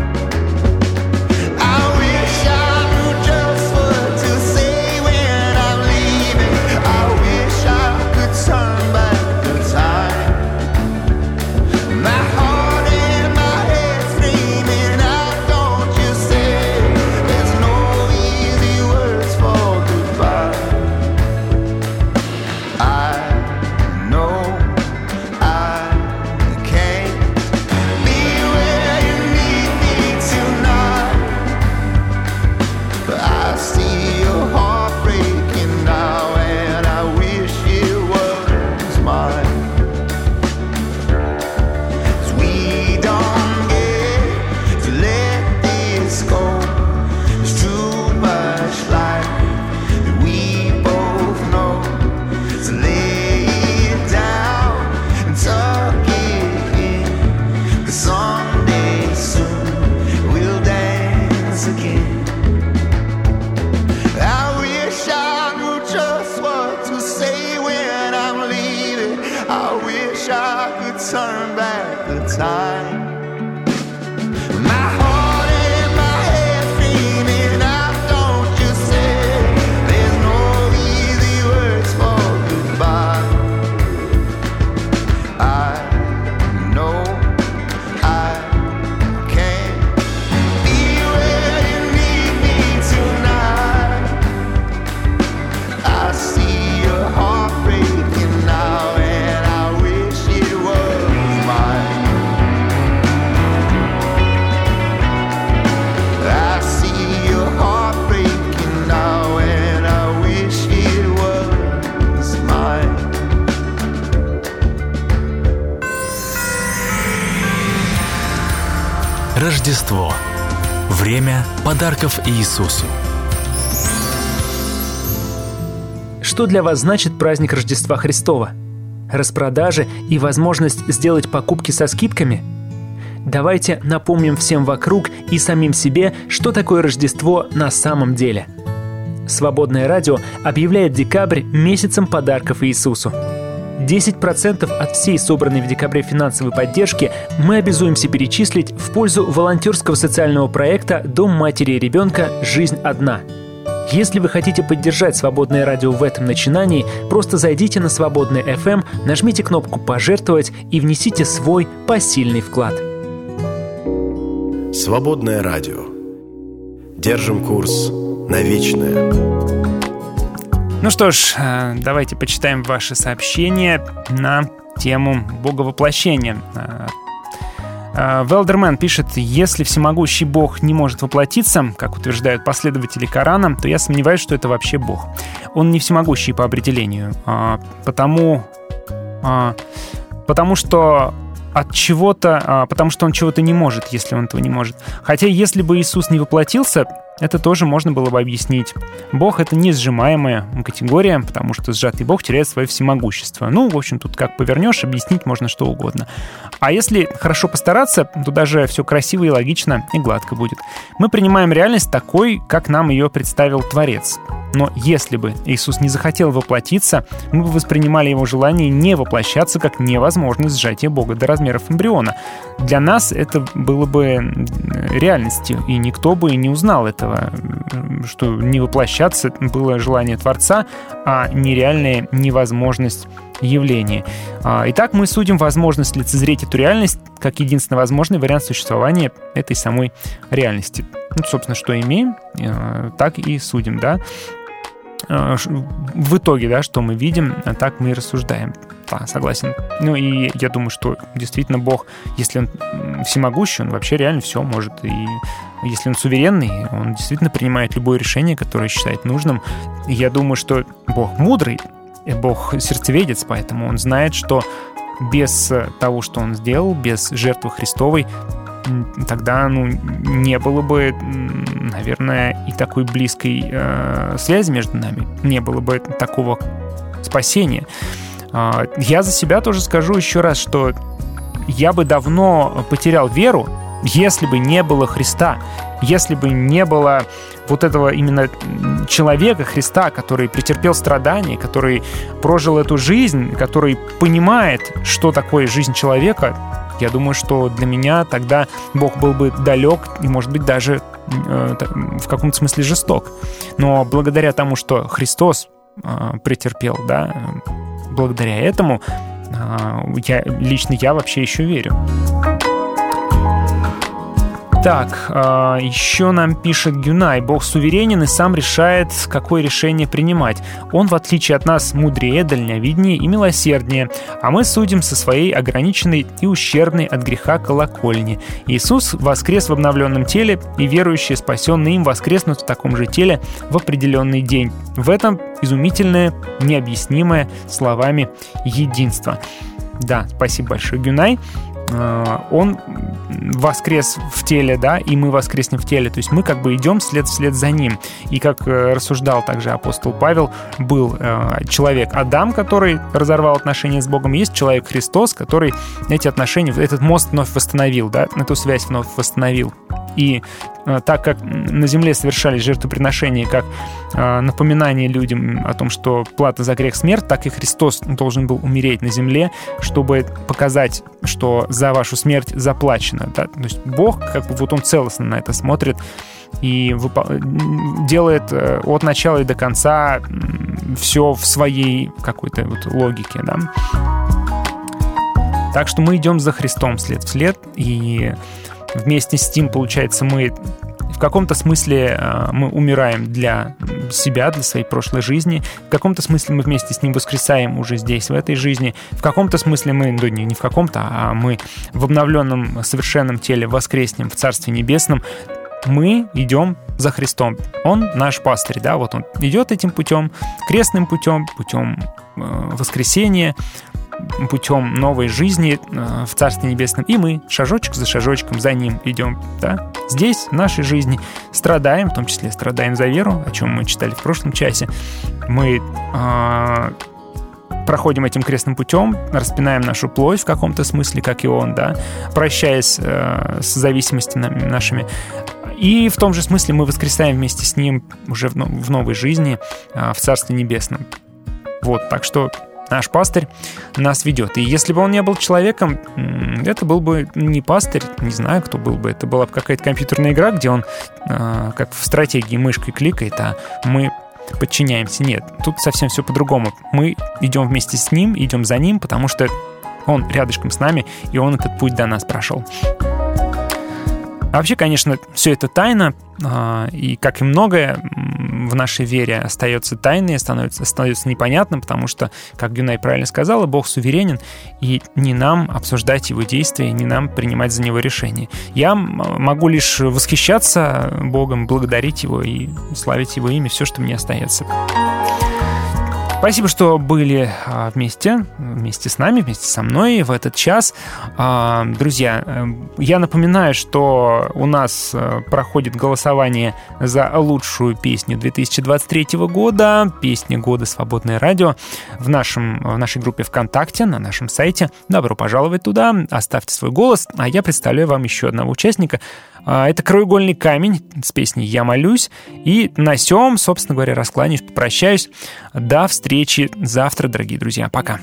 Speaker 16: I wish I knew just what to say when I'm leaving. I wish I could turn back the time. My heart and my
Speaker 15: Рождество. Время подарков Иисусу.
Speaker 3: Что для вас значит праздник Рождества Христова? Распродажи и возможность сделать покупки со скидками? Давайте напомним всем вокруг и самим себе, что такое Рождество на самом деле. Свободное радио объявляет декабрь месяцем подарков Иисусу. десять процентов от всей собранной в декабре финансовой поддержки мы обязуемся перечислить в пользу волонтерского социального проекта «Дом матери и ребенка. Жизнь одна». Если вы хотите поддержать Свободное радио в этом начинании, просто зайдите на Свободный эф эм, нажмите кнопку «Пожертвовать» и внесите свой посильный вклад.
Speaker 1: Свободное радио. Держим курс на вечное.
Speaker 3: Ну что ж, давайте почитаем ваши сообщения на тему боговоплощения. Велдермен пишет: если всемогущий Бог не может воплотиться, как утверждают последователи Корана, то я сомневаюсь, что это вообще Бог. Он не всемогущий по определению, потому, потому что от чего-то, потому что он чего-то не может, если он этого не может. Хотя если бы Иисус не воплотился, это тоже можно было бы объяснить. Бог — это не сжимаемая категория, потому что сжатый Бог теряет свое всемогущество. Ну, в общем, тут как повернешь, объяснить можно что угодно. А если хорошо постараться, то даже все красиво и логично, и гладко будет. Мы принимаем реальность такой, как нам ее представил Творец. Но если бы Иисус не захотел воплотиться, мы бы воспринимали его желание не воплощаться как невозможность сжатия Бога до размеров эмбриона. Для нас это было бы реальностью, и никто бы и не узнал этого, что не воплощаться было желание Творца, а нереальная невозможность явления. Итак, мы судим возможность лицезреть эту реальность как единственно возможный вариант существования этой самой реальности. Ну, собственно, что имеем, так и судим, да. В итоге, да, что мы видим, так мы и рассуждаем. Да, согласен. Ну и я думаю, что действительно Бог, если Он всемогущий, Он вообще реально все может. И если Он суверенный, Он действительно принимает любое решение, которое считает нужным. И я думаю, что Бог мудрый, Бог сердцеведец, поэтому Он знает, что без того, что Он сделал, без жертвы Христовой, тогда, ну, не было бы, наверное, и такой близкой э, связи между нами, не было бы такого спасения. Э, я за себя тоже скажу еще раз, что я бы давно потерял веру, если бы не было Христа, если бы не было вот этого именно человека, Христа, который претерпел страдания, который прожил эту жизнь, который понимает, что такое жизнь человека. Я думаю, что для меня тогда Бог был бы далек и, может быть, даже э, в каком-то смысле жесток. Но благодаря тому, что Христос э, претерпел, да, благодаря этому э, я, лично я вообще еще верю. Так, э, еще нам пишет Гюнай: Бог суверенен и сам решает, какое решение принимать. Он, в отличие от нас, мудрее, дальновиднее и милосерднее, а мы судим со своей ограниченной и ущербной от греха колокольни. Иисус воскрес в обновленном теле, и верующие, спасенные им, воскреснут в таком же теле в определенный день. В этом изумительное, необъяснимое словами единство. Да, спасибо большое, Гюнай. Он воскрес в теле, да, и мы воскреснем в теле. То есть мы как бы идем след вслед за ним. И как рассуждал также апостол Павел, был человек Адам, который разорвал отношения с Богом, есть человек Христос, который эти отношения, этот мост вновь восстановил, да, эту связь вновь восстановил. И так как на земле совершались жертвоприношения как напоминание людям о том, что плата за грех — смерть, так и Христос должен был умереть на земле, чтобы показать, что за вашу смерть заплачено. Да? То есть Бог, как бы, вот Он целостно на это смотрит и выпол- делает от начала и до конца все в своей какой-то вот логике. Да? Так что мы идем за Христом след в след, и вместе с Ним, получается, мы в каком-то смысле мы умираем для себя, для своей прошлой жизни. В каком-то смысле мы вместе с Ним воскресаем уже здесь, в этой жизни. В каком-то смысле мы, да не, не в каком-то, а мы в обновленном совершенном теле воскреснем в Царстве Небесном. Мы идем за Христом. Он наш пастырь, да, вот Он идет этим путем, крестным путем, путем воскресения, путем новой жизни э, в Царстве Небесном, и мы шажочек за шажочком за Ним идем. Да? Здесь, в нашей жизни, страдаем, в том числе страдаем за веру, о чем мы читали в прошлом часе. Мы э, проходим этим крестным путем, распинаем нашу плоть в каком-то смысле, как и Он, да, прощаясь э, с зависимостями нашими. И в том же смысле мы воскресаем вместе с Ним уже в, в новой жизни э, в Царстве Небесном. Вот, так что наш пастырь нас ведет. И если бы он не был человеком, это был бы не пастырь, не знаю, кто был бы. Это была бы какая-то компьютерная игра, где он, э, как в стратегии, мышкой кликает, а мы подчиняемся. Нет, тут совсем все по-другому. Мы идем вместе с Ним, идем за Ним, потому что Он рядышком с нами, и Он этот путь до нас прошел. А вообще, конечно, все это тайна, и, как и многое в нашей вере, остается тайной, становится, остается непонятным, потому что, как Гюнай правильно сказала, Бог суверенен, и не нам обсуждать Его действия, не нам принимать за Него решения. Я могу лишь восхищаться Богом, благодарить Его и славить Его имя, все, что мне остается. Спасибо, что были вместе, вместе с нами, вместе со мной в этот час. Друзья, я напоминаю, что у нас проходит голосование за лучшую песню две тысячи двадцать третьего года, песня года «Свободное радио» в, нашем, в нашей группе ВКонтакте, на нашем сайте. Добро пожаловать туда, оставьте свой голос, а я представляю вам еще одного участника. Это «Краеугольный камень» с песней «Я молюсь». И на сём, собственно говоря, раскланяюсь, попрощаюсь. До встречи завтра, дорогие друзья. Пока.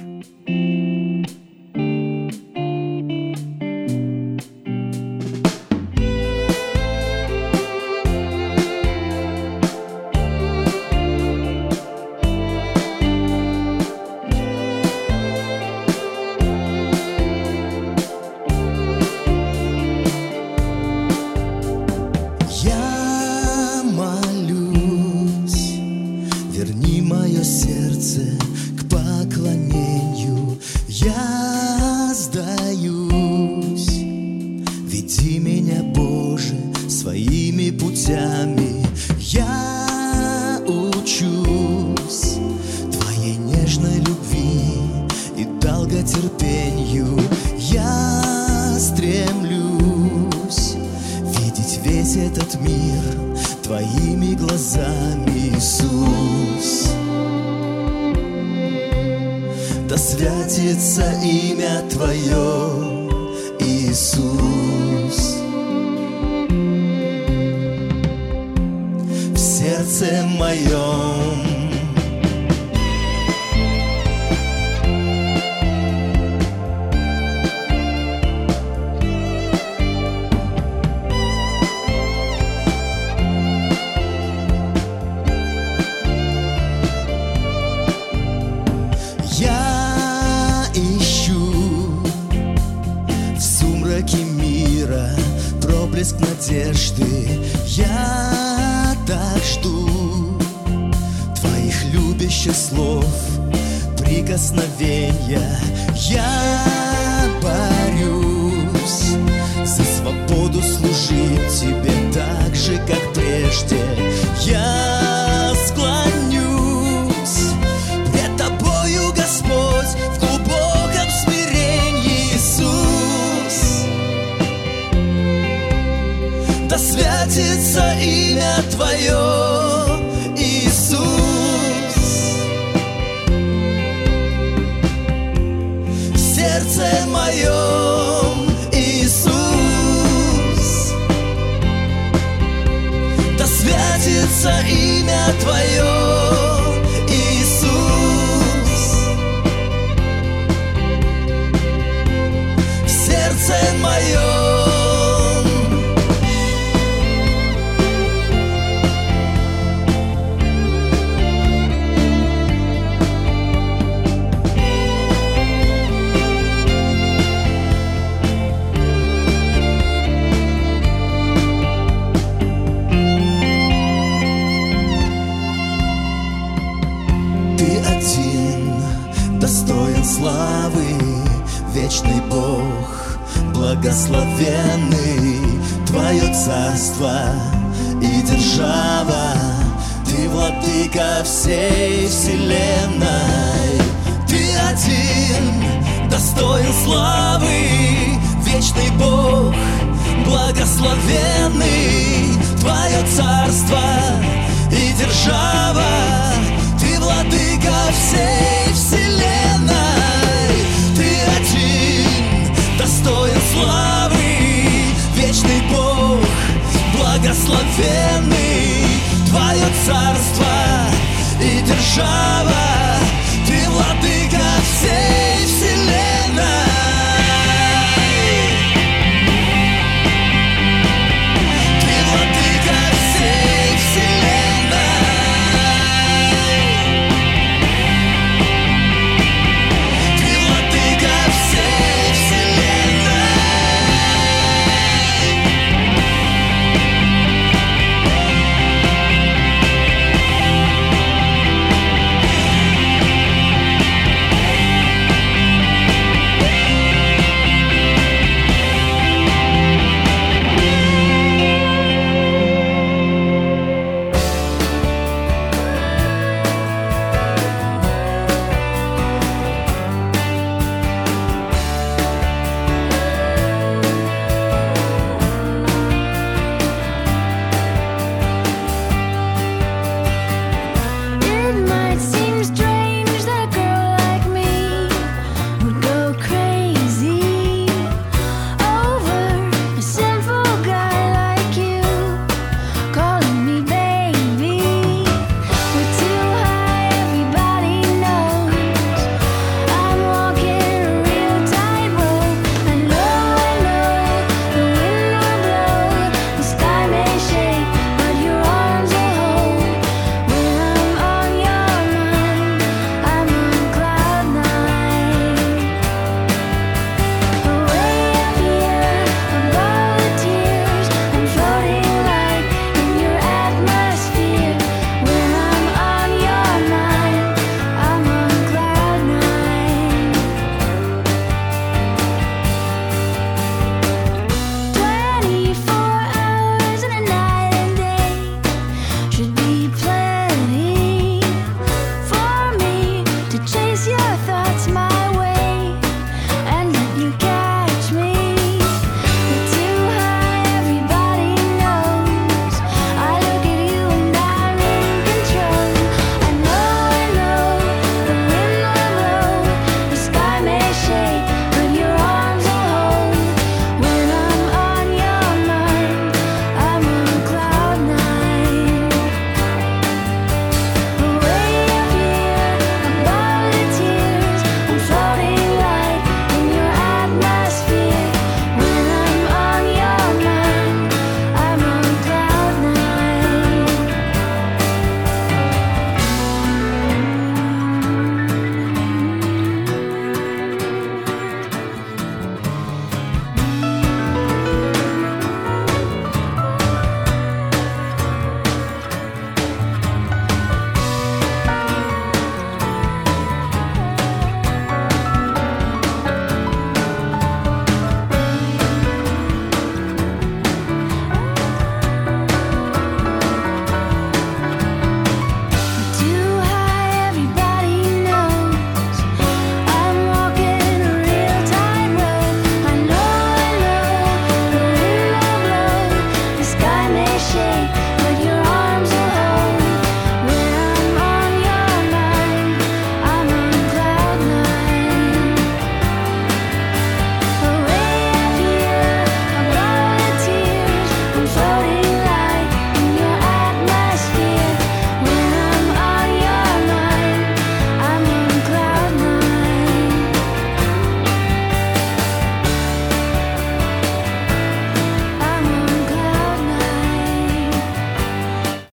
Speaker 5: Всей вселенной ты один,
Speaker 10: достоин славы, вечный Бог, благословенный. Твое царство и держава, ты владыка всей вселенной. Ты один достоин славы, вечный Бог, благословенный. Твое царство